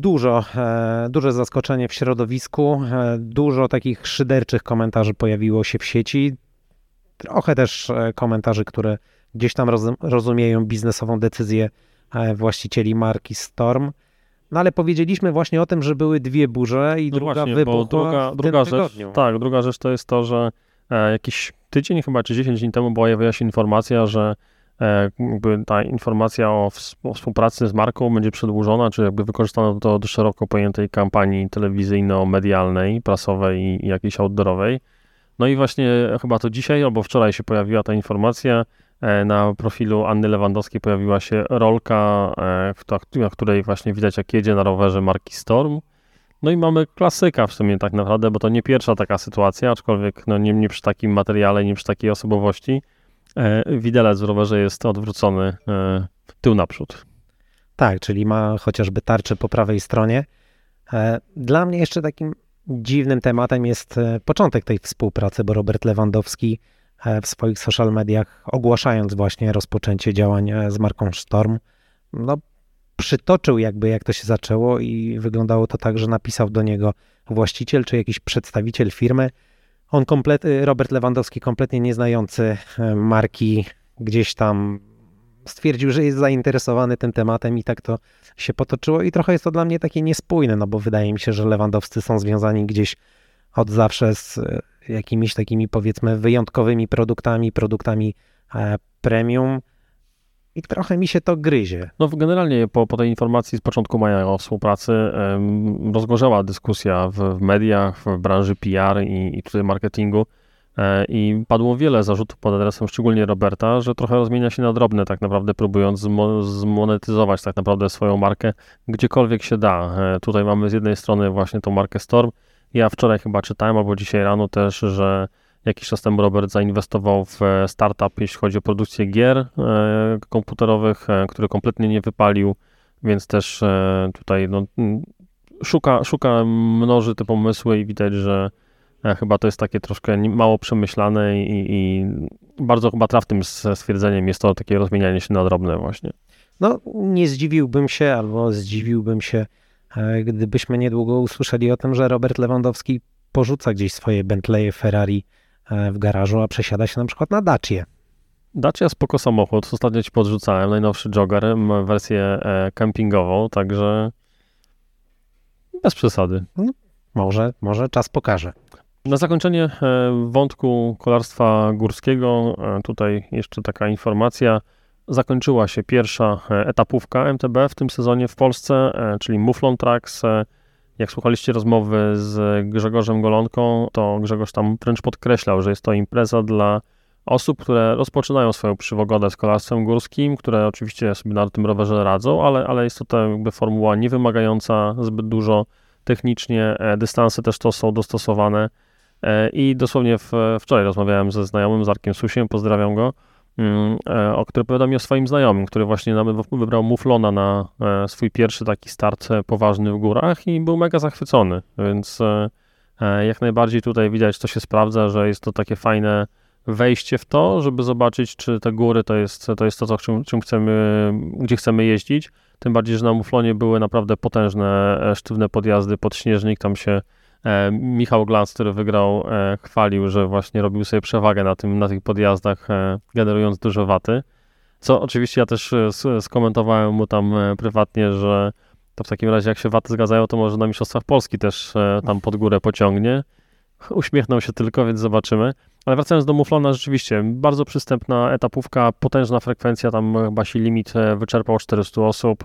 duże zaskoczenie w środowisku. Dużo takich szyderczych komentarzy pojawiło się w sieci. Trochę też komentarzy, które gdzieś tam rozumieją biznesową decyzję właścicieli marki Storm. No ale powiedzieliśmy właśnie o tym, że były dwie burze i druga wybuchła w tym tygodniu. Tak, druga rzecz to jest to, że jakiś tydzień chyba, czy 10 dni temu pojawiła się informacja, że jakby ta informacja o współpracy z marką będzie przedłużona, czy jakby wykorzystano to do szeroko pojętej kampanii telewizyjno-medialnej, prasowej i jakiejś outdoorowej. No i właśnie chyba to dzisiaj albo wczoraj się pojawiła ta informacja. Na profilu Anny Lewandowskiej pojawiła się rolka, na której właśnie widać, jak jedzie na rowerze marki Storm. No i mamy klasyka w sumie tak naprawdę, bo to nie pierwsza taka sytuacja, aczkolwiek no nie przy takim materiale, nie przy takiej osobowości. Widelec w rowerze jest odwrócony tył naprzód. Tak, czyli ma chociażby tarczę po prawej stronie. Dla mnie jeszcze takim dziwnym tematem jest początek tej współpracy, bo Robert Lewandowski w swoich social mediach, ogłaszając właśnie rozpoczęcie działań z marką Storm, no przytoczył jakby jak to się zaczęło i wyglądało to tak, że napisał do niego właściciel czy jakiś przedstawiciel firmy. Robert Lewandowski, kompletnie nieznający marki, gdzieś tam stwierdził, że jest zainteresowany tym tematem i tak to się potoczyło i trochę jest to dla mnie takie niespójne, no bo wydaje mi się, że Lewandowscy są związani gdzieś od zawsze z jakimiś takimi powiedzmy wyjątkowymi produktami premium. I trochę mi się to gryzie. No generalnie po tej informacji z początku maja o współpracy rozgorzała dyskusja w mediach, w branży PR i tutaj marketingu i padło wiele zarzutów pod adresem szczególnie Roberta, że trochę rozmienia się na drobne tak naprawdę, próbując zmonetyzować tak naprawdę swoją markę gdziekolwiek się da. Tutaj mamy z jednej strony właśnie tą markę Storm. Ja wczoraj chyba czytałem, albo dzisiaj rano też, że jakiś czas temu Robert zainwestował w startup, jeśli chodzi o produkcję gier komputerowych, który kompletnie nie wypalił, więc też tutaj no, szuka, mnoży te pomysły i widać, że chyba to jest takie troszkę mało przemyślane i bardzo chyba trafnym stwierdzeniem jest to takie rozmienianie się na drobne właśnie. No nie zdziwiłbym się, albo zdziwiłbym się, gdybyśmy niedługo usłyszeli o tym, że Robert Lewandowski porzuca gdzieś swoje Bentleye, Ferrari w garażu, a przesiada się na przykład na Dacię. Dacia spoko samochód, ostatnio ci podrzucałem, najnowszy Jogger, ma wersję kempingową, także bez przesady. Może czas pokaże. Na zakończenie wątku kolarstwa górskiego, tutaj jeszcze taka informacja, zakończyła się pierwsza etapówka MTB w tym sezonie w Polsce, czyli Muflon Tracks. Jak słuchaliście rozmowy z Grzegorzem Golonką, to Grzegorz tam wręcz podkreślał, że jest to impreza dla osób, które rozpoczynają swoją przygodę z kolarstwem górskim, które oczywiście sobie na tym rowerze radzą, ale jest to jakby formuła niewymagająca zbyt dużo technicznie, dystanse też to są dostosowane i dosłownie wczoraj rozmawiałem ze znajomym, z Arkiem Susiem, pozdrawiam go, który opowiadał mi o swoim znajomym, który właśnie wybrał Muflona na swój pierwszy taki start poważny w górach i był mega zachwycony, więc jak najbardziej tutaj widać, to się sprawdza, że jest to takie fajne wejście w to, żeby zobaczyć, czy te góry to jest to, gdzie chcemy jeździć, tym bardziej, że na Muflonie były naprawdę potężne, sztywne podjazdy pod śnieżnik, tam się Michał Glanz, który wygrał, chwalił, że właśnie robił sobie przewagę na tych podjazdach, generując dużo waty. Co oczywiście ja też skomentowałem mu tam prywatnie, że to w takim razie jak się waty zgadzają, to może na Mistrzostwach Polski też tam pod górę pociągnie. Uśmiechnął się tylko, więc zobaczymy. Ale wracając do Muflona, rzeczywiście bardzo przystępna etapówka, potężna frekwencja, tam chyba się limit wyczerpał 400 osób.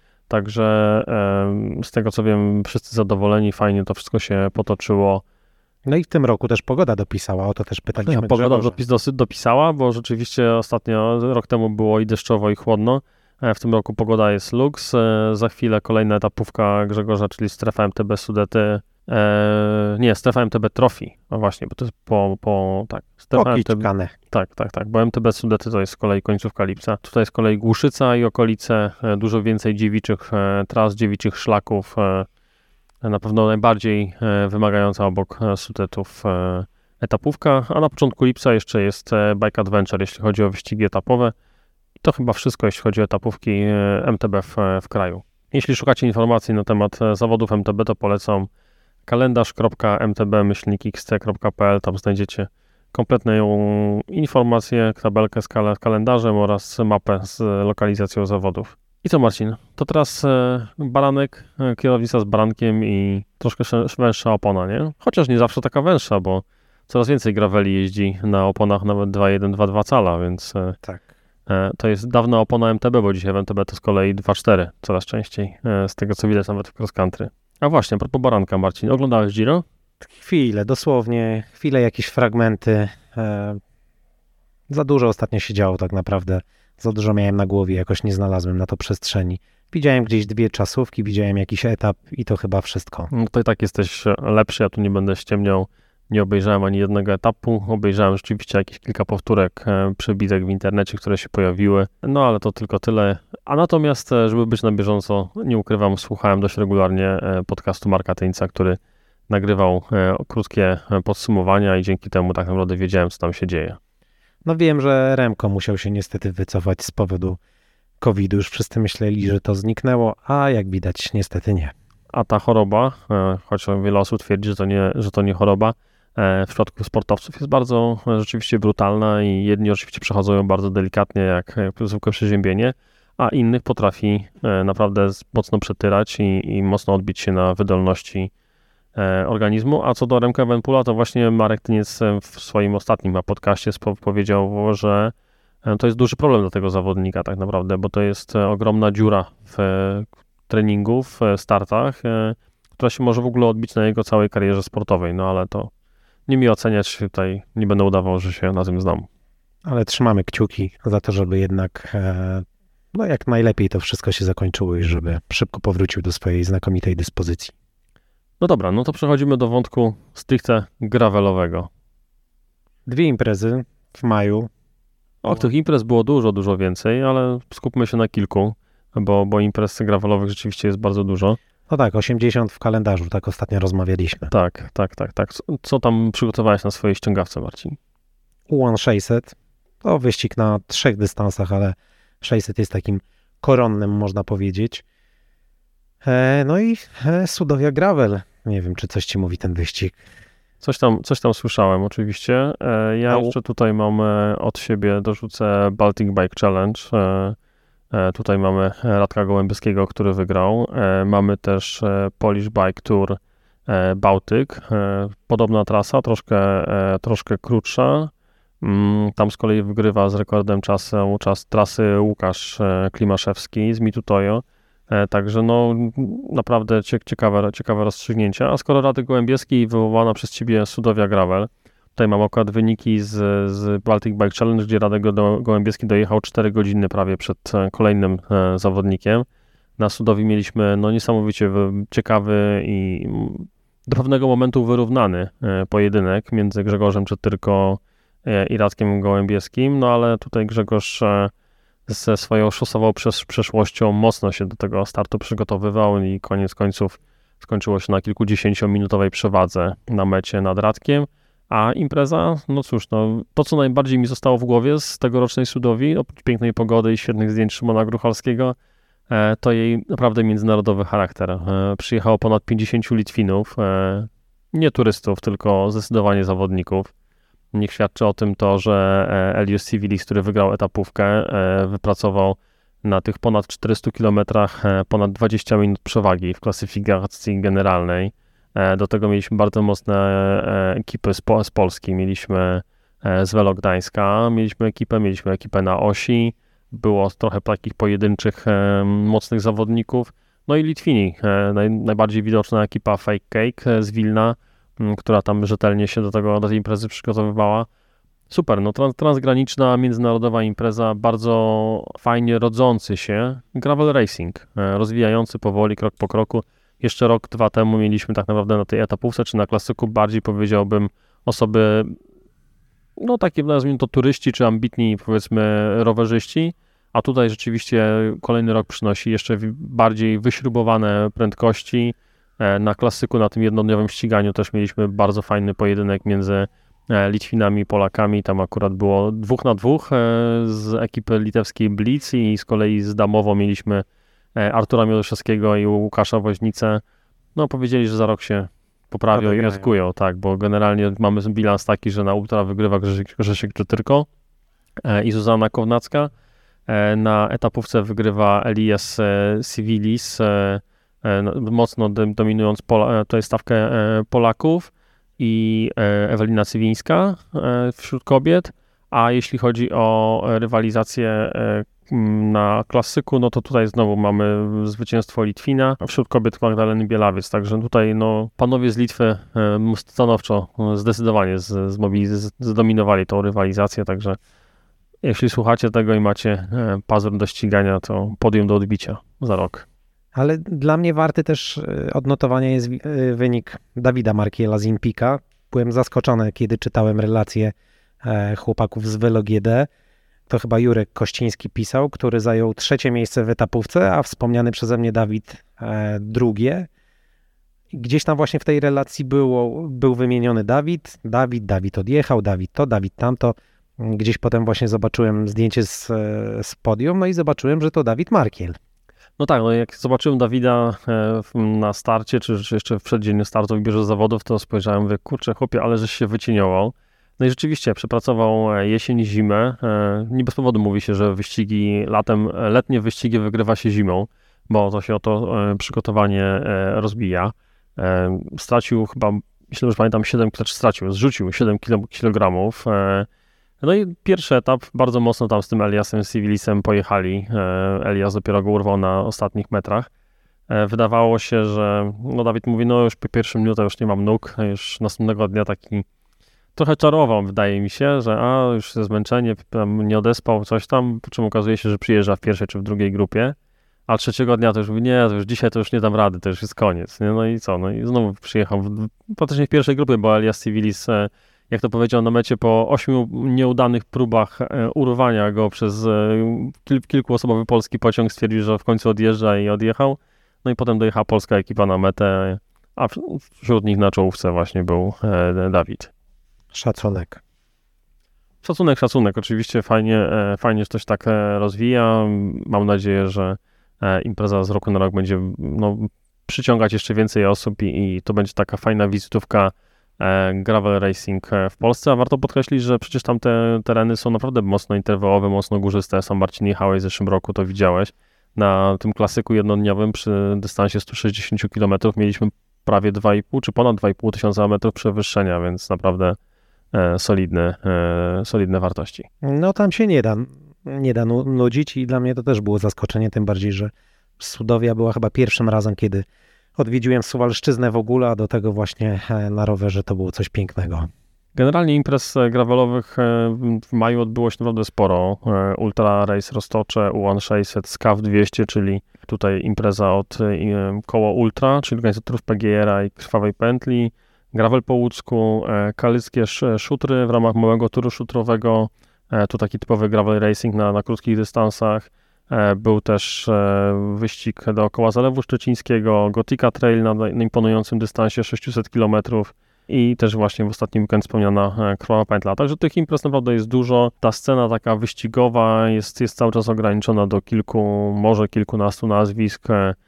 Także z tego co wiem, wszyscy zadowoleni, fajnie to wszystko się potoczyło. No i w tym roku też pogoda dopisała, o to też pytaliśmy. Pogoda dopisała, bo rzeczywiście ostatnio, rok temu było i deszczowo, i chłodno. W tym roku pogoda jest luks. Za chwilę kolejna etapówka Grzegorza, czyli strefa MTB Sudety. Strefa MTB Trophy. No właśnie, bo to jest tak. Strefa MTB, tak, bo MTB Sudety to jest z kolei końcówka lipca. Tutaj jest z kolei Głuszyca i okolice, dużo więcej dziewiczych tras, dziewiczych szlaków. Na pewno najbardziej wymagająca obok Sudetów etapówka, a na początku lipca jeszcze jest Bike Adventure, jeśli chodzi o wyścigi etapowe. I to chyba wszystko, jeśli chodzi o etapówki MTB w kraju. Jeśli szukacie informacji na temat zawodów MTB, to polecam kalendarz.mtb-xt.pl, tam znajdziecie kompletną informację, tabelkę z kalendarzem oraz mapę z lokalizacją zawodów. I co, Marcin? To teraz baranek, kierownica z barankiem i troszkę węższa opona, nie? Chociaż nie zawsze taka węższa, bo coraz więcej graveli jeździ na oponach nawet 2.1, 2.2 cala, więc tak. To jest dawna opona MTB, bo dzisiaj w MTB to z kolei 2.4 coraz częściej, z tego co widać nawet w cross country. A właśnie, a propos baranka, Marcin, oglądałeś Giro? Dosłownie chwilę, jakieś fragmenty. Za dużo ostatnio się działo tak naprawdę. Za dużo miałem na głowie, jakoś nie znalazłem na to przestrzeni. Widziałem gdzieś 2 czasówki, widziałem jakiś etap i to chyba wszystko. No to i tak jesteś lepszy, ja tu nie będę ściemniał. Nie obejrzałem ani jednego etapu, obejrzałem rzeczywiście jakieś kilka powtórek, przebitek w internecie, które się pojawiły, no ale to tylko tyle. A natomiast, żeby być na bieżąco, nie ukrywam, słuchałem dość regularnie podcastu Marka Tyńca, który nagrywał krótkie podsumowania i dzięki temu tak naprawdę wiedziałem, co tam się dzieje. No wiem, że Remco musiał się niestety wycofać z powodu COVID-u. Już wszyscy myśleli, że to zniknęło, a jak widać niestety nie. A ta choroba, choć wiele osób twierdzi, że to nie choroba, w przypadku sportowców jest bardzo rzeczywiście brutalna i jedni oczywiście przechodzą ją bardzo delikatnie, jak zwykłe przeziębienie, a innych potrafi naprawdę mocno przetyrać i mocno odbić się na wydolności organizmu. A co do Remka Evenepoela, to właśnie Marek Tyniec w swoim ostatnim podcaście powiedział, że to jest duży problem dla tego zawodnika tak naprawdę, bo to jest ogromna dziura w treningu, w startach, która się może w ogóle odbić na jego całej karierze sportowej, no ale to nie mi oceniać, tutaj nie będę udawał, że się na tym znam. Ale trzymamy kciuki za to, żeby jednak no jak najlepiej to wszystko się zakończyło i żeby szybko powrócił do swojej znakomitej dyspozycji. No dobra, no to przechodzimy do wątku stricte gravelowego. 2 imprezy w maju. Tych imprez było dużo więcej, ale skupmy się na kilku, bo imprez gravelowych rzeczywiście jest bardzo dużo. No tak, 80 w kalendarzu, tak ostatnio rozmawialiśmy. Tak. Co tam przygotowałeś na swojej ściągawce, Marcin? U1 600 to wyścig na 3 dystansach, ale 600 jest takim koronnym, można powiedzieć. No i Sudowia Gravel. Nie wiem, czy coś ci mówi ten wyścig. Coś tam słyszałem oczywiście. Ja jeszcze tutaj mam od siebie, dorzucę Baltic Bike Challenge. Tutaj mamy Radka Gołębieskiego, który wygrał. Mamy też Polish Bike Tour Bałtyk. Podobna trasa, troszkę krótsza. Tam z kolei wygrywa z rekordem czas trasy Łukasz Klimaszewski z Mitutoyo. Także no naprawdę ciekawe rozstrzygnięcia. A skoro Radek Gołębieski i wywołana przez ciebie Sudowia Gravel, tutaj mam akurat wyniki z Baltic Bike Challenge, gdzie Radek Gołębieski dojechał 4 godziny prawie przed kolejnym zawodnikiem. Na Sudowi mieliśmy no niesamowicie ciekawy i do pewnego momentu wyrównany pojedynek między Grzegorzem Czetyrko i Radkiem Gołębieskim, no ale tutaj Grzegorz ze swoją szosową przeszłością mocno się do tego startu przygotowywał i koniec końców skończyło się na kilkudziesięciominutowej przewadze na mecie nad Radkiem, a impreza, no cóż, no, to co najbardziej mi zostało w głowie z tegorocznej Sudowi, oprócz pięknej pogody i świetnych zdjęć Szymona Gruchalskiego, to jej naprawdę międzynarodowy charakter. Przyjechało ponad 50 Litwinów, nie turystów, tylko zdecydowanie zawodników. Niech świadczy o tym to, że Elius Civilis, który wygrał etapówkę, wypracował na tych ponad 400 kilometrach ponad 20 minut przewagi w klasyfikacji generalnej. Do tego mieliśmy bardzo mocne ekipy z Polski. Mieliśmy z Velo Gdańska, mieliśmy ekipę na osi. Było trochę takich pojedynczych, mocnych zawodników. No i Litwini, najbardziej widoczna ekipa Fake Cake z Wilna, która tam rzetelnie się do tej imprezy przygotowywała. Super, no transgraniczna, międzynarodowa impreza, bardzo fajnie rodzący się gravel racing, rozwijający powoli, krok po kroku. Jeszcze rok, 2 temu mieliśmy tak naprawdę na tej etapówce, czy na klasyku bardziej powiedziałbym osoby, no takie nazwijmy to turyści, czy ambitni powiedzmy rowerzyści, a tutaj rzeczywiście kolejny rok przynosi jeszcze bardziej wyśrubowane prędkości. Na klasyku, na tym jednodniowym ściganiu też mieliśmy bardzo fajny pojedynek między Litwinami i Polakami. Tam akurat było 2 na 2 z ekipy litewskiej Blitz i z kolei z damową mieliśmy Artura Mioduszewskiego i Łukasza Woźnicę. No powiedzieli, że za rok się poprawią i ryzykują, tak, bo generalnie mamy bilans taki, że na ultra wygrywa Grzesiek Czetyrko i Zuzanna Kownacka. Na etapówce wygrywa Elias Civilis, mocno dominując tutaj stawkę Polaków i Ewelina Cywińska wśród kobiet, a jeśli chodzi o rywalizację na klasyku, no to tutaj znowu mamy zwycięstwo Litwina, a wśród kobiet Magdaleny Bielawiec, także tutaj no panowie z Litwy stanowczo zdecydowanie zdominowali tą rywalizację, także jeśli słuchacie tego i macie pazur do ścigania, to podium do odbicia za rok. Ale dla mnie warty też odnotowania jest wynik Dawida Markiela z Impika. Byłem zaskoczony, kiedy czytałem relacje chłopaków z Velo GD. To chyba Jurek Kościński pisał, który zajął 3. miejsce w etapówce, a wspomniany przeze mnie Dawid 2. Gdzieś tam właśnie w tej relacji był wymieniony Dawid odjechał, Dawid to, Dawid tamto. Gdzieś potem właśnie zobaczyłem zdjęcie z podium, no i zobaczyłem, że to Dawid Markiel. No tak, no jak zobaczyłem Dawida na starcie, czy jeszcze w przeddzień startu w biurze zawodów, to spojrzałem, mówię, kurczę chłopie, ale żeś się wycieniował. No i rzeczywiście przepracował jesień, zimę. Nie bez powodu mówi się, że letnie wyścigi wygrywa się zimą, bo to się o to przygotowanie rozbija. Stracił chyba, myślę, że pamiętam, zrzucił 7 kg. No i pierwszy etap, bardzo mocno tam z tym Eliasem Civilisem pojechali. Elias dopiero go urwał na ostatnich metrach. Wydawało się, że Dawid mówi, no już po pierwszym dniu to już nie mam nóg, już następnego dnia taki trochę czarował, wydaje mi się, że już zmęczenie, nie odespał, coś tam, po czym okazuje się, że przyjeżdża w pierwszej czy w drugiej grupie, a trzeciego dnia to już mówi, nie, to już dzisiaj to już nie dam rady, to już jest koniec, nie? No i co, no i znowu przyjechał, praktycznie w pierwszej grupie, bo Elias Civilis, jak to powiedział na mecie, po 8 nieudanych próbach urwania go przez kilkuosobowy polski pociąg, stwierdził, że w końcu odjeżdża i odjechał, no i potem dojechała polska ekipa na metę, a wśród nich na czołówce właśnie był Dawid. Szacunek. Szacunek. Oczywiście fajnie, że coś tak rozwija. Mam nadzieję, że impreza z roku na rok będzie przyciągać jeszcze więcej osób i to będzie taka fajna wizytówka gravel racing w Polsce. A warto podkreślić, że przecież tam te tereny są naprawdę mocno interwałowe, mocno górzyste. Sam Marcin jechałeś w zeszłym roku, to widziałeś. Na tym klasyku jednodniowym przy dystansie 160 km mieliśmy prawie 2,5 czy ponad 2,5 tysiąca metrów przewyższenia, więc naprawdę solidne wartości. No tam się nie da nudzić i dla mnie to też było zaskoczenie, tym bardziej, że Sudowia była chyba pierwszym razem, kiedy odwiedziłem Suwalszczyznę w ogóle, a do tego właśnie na rowerze to było coś pięknego. Generalnie imprez gravelowych w maju odbyło się naprawdę sporo. Ultra Race Roztocze, UAN 600, SCAF 200, czyli tutaj impreza od koło Ultra, czyli organizatorów PGR-a i Krwawej Pętli, Gravel po łódzku, kalickie szutry w ramach małego turu szutrowego, tu taki typowy gravel racing na krótkich dystansach. Był też wyścig dookoła Zalewu Szczecińskiego, Gotika Trail na imponującym dystansie 600 km i też właśnie w ostatni weekend wspomniana Krwawa Pętla. Także tych imprez naprawdę jest dużo. Ta scena taka wyścigowa jest cały czas ograniczona do może kilkunastu nazwisk.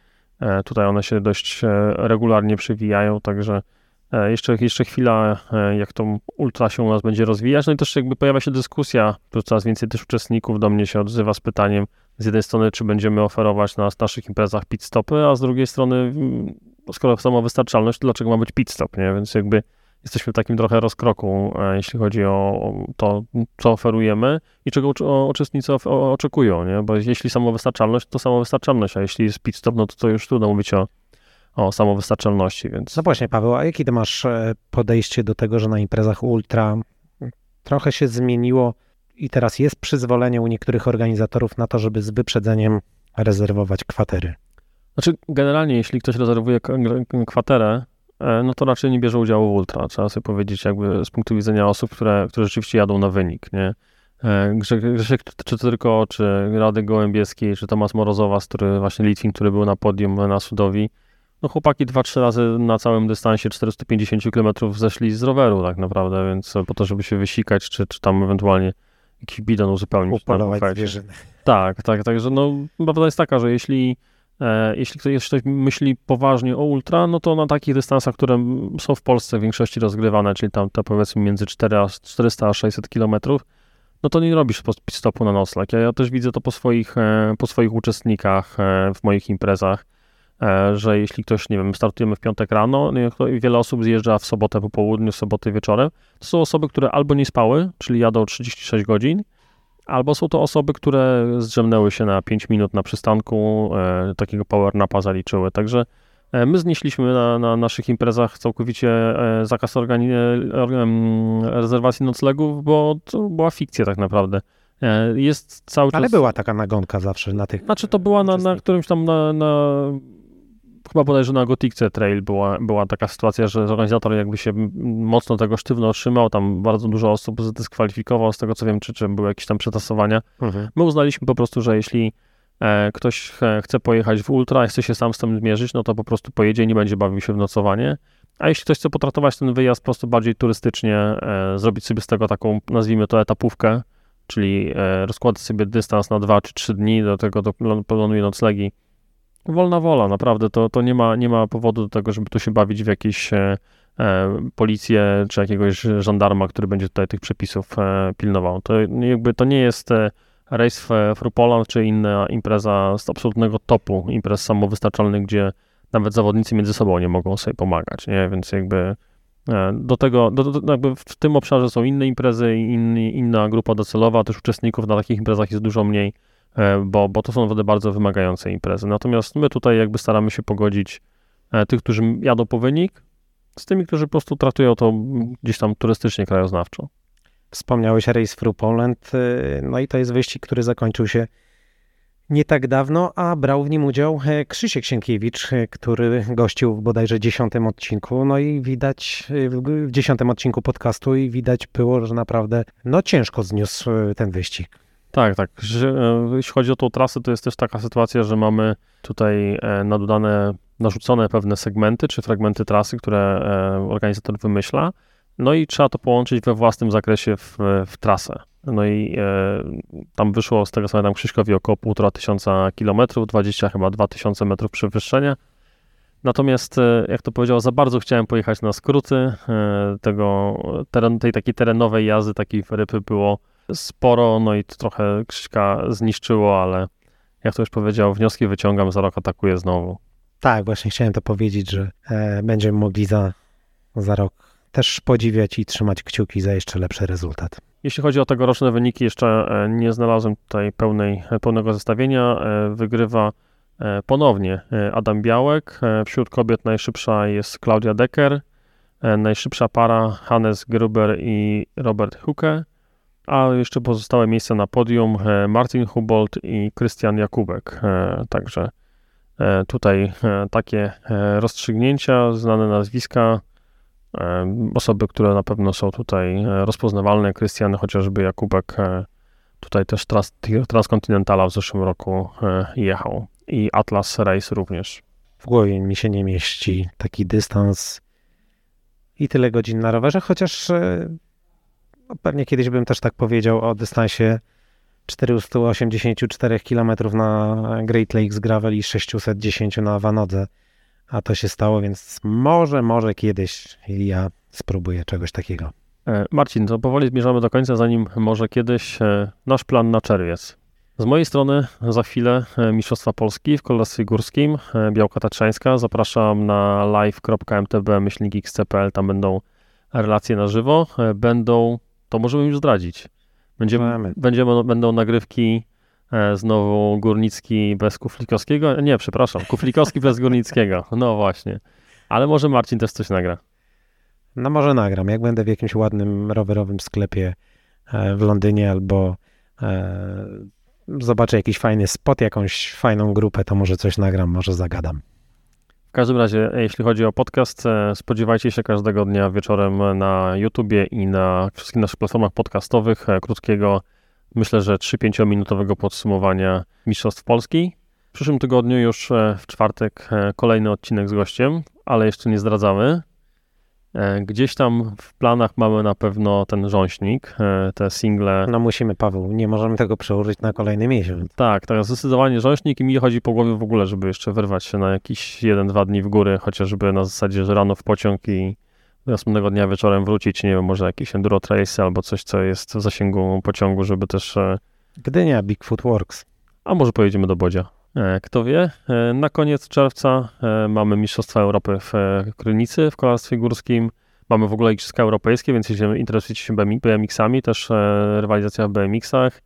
Tutaj one się dość regularnie przewijają, także jeszcze chwila, jak to ultra się u nas będzie rozwijać. No i też jakby pojawia się dyskusja, że coraz więcej też uczestników do mnie się odzywa z pytaniem, z jednej strony, czy będziemy oferować na naszych imprezach pit stopy, a z drugiej strony, skoro samowystarczalność, to dlaczego ma być pit stop, nie? Więc jakby jesteśmy w takim trochę rozkroku, jeśli chodzi o to, co oferujemy i czego uczestnicy oczekują, nie? Bo jeśli samowystarczalność, to samowystarczalność, a jeśli jest pit stop, no to już trudno mówić o samowystarczalności, więc... No właśnie, Paweł, a jakie ty masz podejście do tego, że na imprezach ultra trochę się zmieniło i teraz jest przyzwolenie u niektórych organizatorów na to, żeby z wyprzedzeniem rezerwować kwatery? Znaczy, generalnie, jeśli ktoś rezerwuje kwaterę, no to raczej nie bierze udziału w ultra. Trzeba sobie powiedzieć jakby z punktu widzenia osób, które rzeczywiście jadą na wynik, nie? Grzesiek Czytyrko, czy Radek Gołębieski, czy Tomasz Morozowas, Litwin, który był na podium na Sudowi. No chłopaki 2-3 razy na całym dystansie 450 km zeszli z roweru tak naprawdę, więc po to, żeby się wysikać, czy tam ewentualnie jakiś bidon uzupełnić. Upolować zwierzyny. Tak, także prawda jest taka, że jeśli ktoś myśli poważnie o ultra, no to na takich dystansach, które są w Polsce w większości rozgrywane, czyli tam te powiedzmy między 400 a 600 km, no to nie robisz pit stopu na nocleg. Ja też widzę to po swoich uczestnikach w moich imprezach, że jeśli ktoś, nie wiem, startujemy w piątek rano i wiele osób zjeżdża w sobotę po południu, w sobotę wieczorem, to są osoby, które albo nie spały, czyli jadą 36 godzin, albo są to osoby, które zdrzemnęły się na 5 minut na przystanku, takiego power napa zaliczyły. Także my znieśliśmy na naszych imprezach całkowicie zakaz rezerwacji noclegów, bo to była fikcja tak naprawdę. Jest cały czas... Ale była taka nagonka zawsze na tych... Znaczy to była na którymś tam chyba bodajże na Gotikce Trail była taka sytuacja, że organizator jakby się mocno tego sztywno trzymał, tam bardzo dużo osób zdyskwalifikował, z tego co wiem, czy były jakieś tam przetasowania. My uznaliśmy po prostu, że jeśli ktoś chce pojechać w ultra i chce się sam z tym zmierzyć, no to po prostu pojedzie i nie będzie bawił się w nocowanie. A jeśli ktoś chce potraktować ten wyjazd po prostu bardziej turystycznie, zrobić sobie z tego taką, nazwijmy to etapówkę, czyli rozkładać sobie dystans na 2 czy 3 dni, do tego planuje noclegi. Wolna wola, naprawdę, to nie ma powodu do tego, żeby tu się bawić w jakieś policję czy jakiegoś żandarma, który będzie tutaj tych przepisów pilnował. To nie jest Race for Poland czy inna impreza z absolutnego topu imprez samowystarczalnych, gdzie nawet zawodnicy między sobą nie mogą sobie pomagać, nie? Więc jakby Do tego, jakby w tym obszarze są inne imprezy i inna grupa docelowa, też uczestników na takich imprezach jest dużo mniej, bo to są naprawdę bardzo wymagające imprezy. Natomiast my tutaj jakby staramy się pogodzić tych, którzy jadą po wynik, z tymi, którzy po prostu traktują to gdzieś tam turystycznie, krajoznawczo. Wspomniałeś Race Through Poland, no i to jest wyścig, który zakończył się nie tak dawno, a brał w nim udział Krzysiek Sienkiewicz, który gościł w bodajże 10. odcinku, no i widać w 10. odcinku podcastu i widać było, że naprawdę ciężko zniósł ten wyścig. Tak. Jeśli chodzi o tą trasę, to jest też taka sytuacja, że mamy tutaj narzucone pewne segmenty czy fragmenty trasy, które organizator wymyśla, no i trzeba to połączyć we własnym zakresie w trasę. No i tam wyszło z tego co pamiętam Krzyśkowi około 1500 kilometrów, 20 metrów przewyższenia. Natomiast, jak to powiedział, za bardzo chciałem pojechać na skróty. Tej takiej terenowej jazdy, takiej rypy było sporo, no i to trochę Krzyśka zniszczyło, ale jak to już powiedział, wnioski wyciągam, za rok atakuję znowu. Tak, właśnie chciałem to powiedzieć, że będziemy mogli za rok też podziwiać i trzymać kciuki za jeszcze lepszy rezultat. Jeśli chodzi o tegoroczne wyniki, jeszcze nie znalazłem tutaj pełnego zestawienia. Wygrywa ponownie Adam Białek. Wśród kobiet najszybsza jest Klaudia Decker. Najszybsza para Hannes Gruber i Robert Hucke. A jeszcze pozostałe miejsca na podium Martin Hubold i Krystian Jakubek. Także tutaj takie rozstrzygnięcia, znane nazwiska. Osoby, które na pewno są tutaj rozpoznawalne, Krystian chociażby Jakubek tutaj też Transkontynentala w zeszłym roku jechał i Atlas Race również. W głowie mi się nie mieści taki dystans i tyle godzin na rowerze, chociaż pewnie kiedyś bym też tak powiedział o dystansie 484 km na Great Lakes Gravel i 610 na Vanodze. A to się stało, więc może kiedyś ja spróbuję czegoś takiego. Marcin, to powoli zmierzamy do końca, zanim może kiedyś nasz plan na czerwiec. Z mojej strony za chwilę Mistrzostwa Polski w kolarstwie górskim, Białka Tatrzańska. Zapraszam na live.mtb/xc.pl, tam będą relacje na żywo. To możemy już zdradzić. Będą nagrywki znowu Górnicki bez Kuflikowskiego. Nie, przepraszam, Kuflikowski bez Górnickiego. No właśnie. Ale może Marcin też coś nagra. No może nagram. Jak będę w jakimś ładnym rowerowym sklepie w Londynie albo zobaczę jakiś fajny spot, jakąś fajną grupę, to może coś nagram, może zagadam. W każdym razie, jeśli chodzi o podcast, spodziewajcie się każdego dnia wieczorem na YouTubie i na wszystkich naszych platformach podcastowych krótkiego, myślę, że 3-5 minutowego podsumowania Mistrzostw Polski. W przyszłym tygodniu już w czwartek kolejny odcinek z gościem, ale jeszcze nie zdradzamy. Gdzieś tam w planach mamy na pewno ten Rząśnik, te single. No musimy, Paweł, nie możemy tego przełożyć na kolejny miesiąc. Tak, zdecydowanie Rząśnik i mi chodzi po głowie w ogóle, żeby jeszcze wyrwać się na jakieś 1-2 dni w góry, chociażby na zasadzie, że rano w pociąg i następnego dnia wieczorem wrócić, nie wiem, może jakieś enduro trace albo coś, co jest w zasięgu pociągu, żeby też... Gdynia, Bigfoot Works. A może pojedziemy do Bodzia. Kto wie, na koniec czerwca mamy Mistrzostwa Europy w Krynicy w kolarstwie górskim. Mamy w ogóle Igrzyska Europejskie, więc jeśli interesujecie się BMX-ami, też rywalizacja w BMX-ach.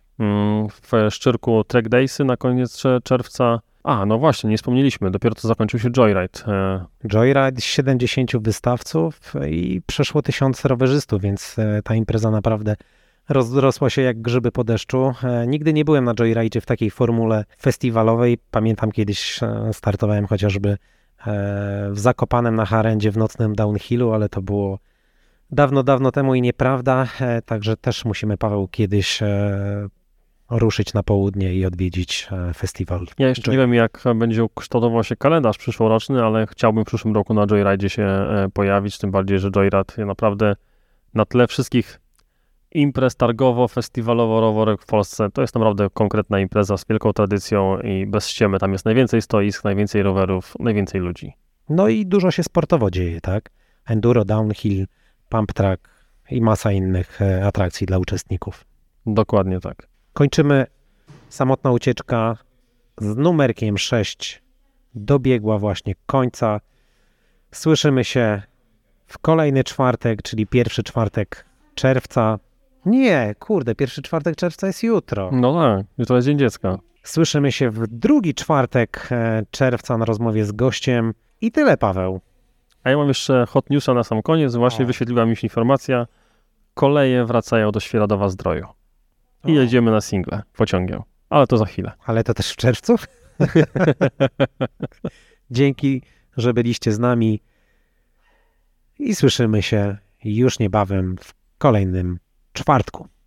W Szczyrku Track Daysy na koniec czerwca. No właśnie, nie wspomnieliśmy, dopiero co zakończył się Joyride. Joyride, 70 wystawców i przeszło 1000 rowerzystów, więc ta impreza naprawdę rozrosła się jak grzyby po deszczu. Nigdy nie byłem na Joyride w takiej formule festiwalowej. Pamiętam kiedyś startowałem chociażby w Zakopanem na Harendzie w nocnym downhillu, ale to było dawno temu i nieprawda. Także też musimy, Paweł, kiedyś ruszyć na południe i odwiedzić festiwal. Ja jeszcze nie wiem, jak będzie kształtował się kalendarz przyszłoroczny, ale chciałbym w przyszłym roku na Joyride się pojawić, tym bardziej, że Joyride naprawdę na tle wszystkich imprez targowo-festiwalowo-rowerek w Polsce, to jest naprawdę konkretna impreza z wielką tradycją i bez ściemy. Tam jest najwięcej stoisk, najwięcej rowerów, najwięcej ludzi. No i dużo się sportowo dzieje, tak? Enduro, downhill, pump track i masa innych atrakcji dla uczestników. Dokładnie tak. Kończymy. Samotna ucieczka z numerkiem 6 dobiegła właśnie końca. Słyszymy się w kolejny czwartek, czyli pierwszy czwartek czerwca. Nie, kurde, pierwszy czwartek czerwca jest jutro. No tak, jutro jest Dzień Dziecka. Słyszymy się w drugi czwartek czerwca na rozmowie z gościem. I tyle, Paweł. A ja mam jeszcze hot newsa na sam koniec. Właśnie O. wyświetliła mi się informacja. Koleje wracają do Świeradowa-Zdroju. I O. jedziemy na single pociągiem. Ale to za chwilę. Ale to też w czerwcu? Dzięki, że byliście z nami i słyszymy się już niebawem w kolejnym czwartku.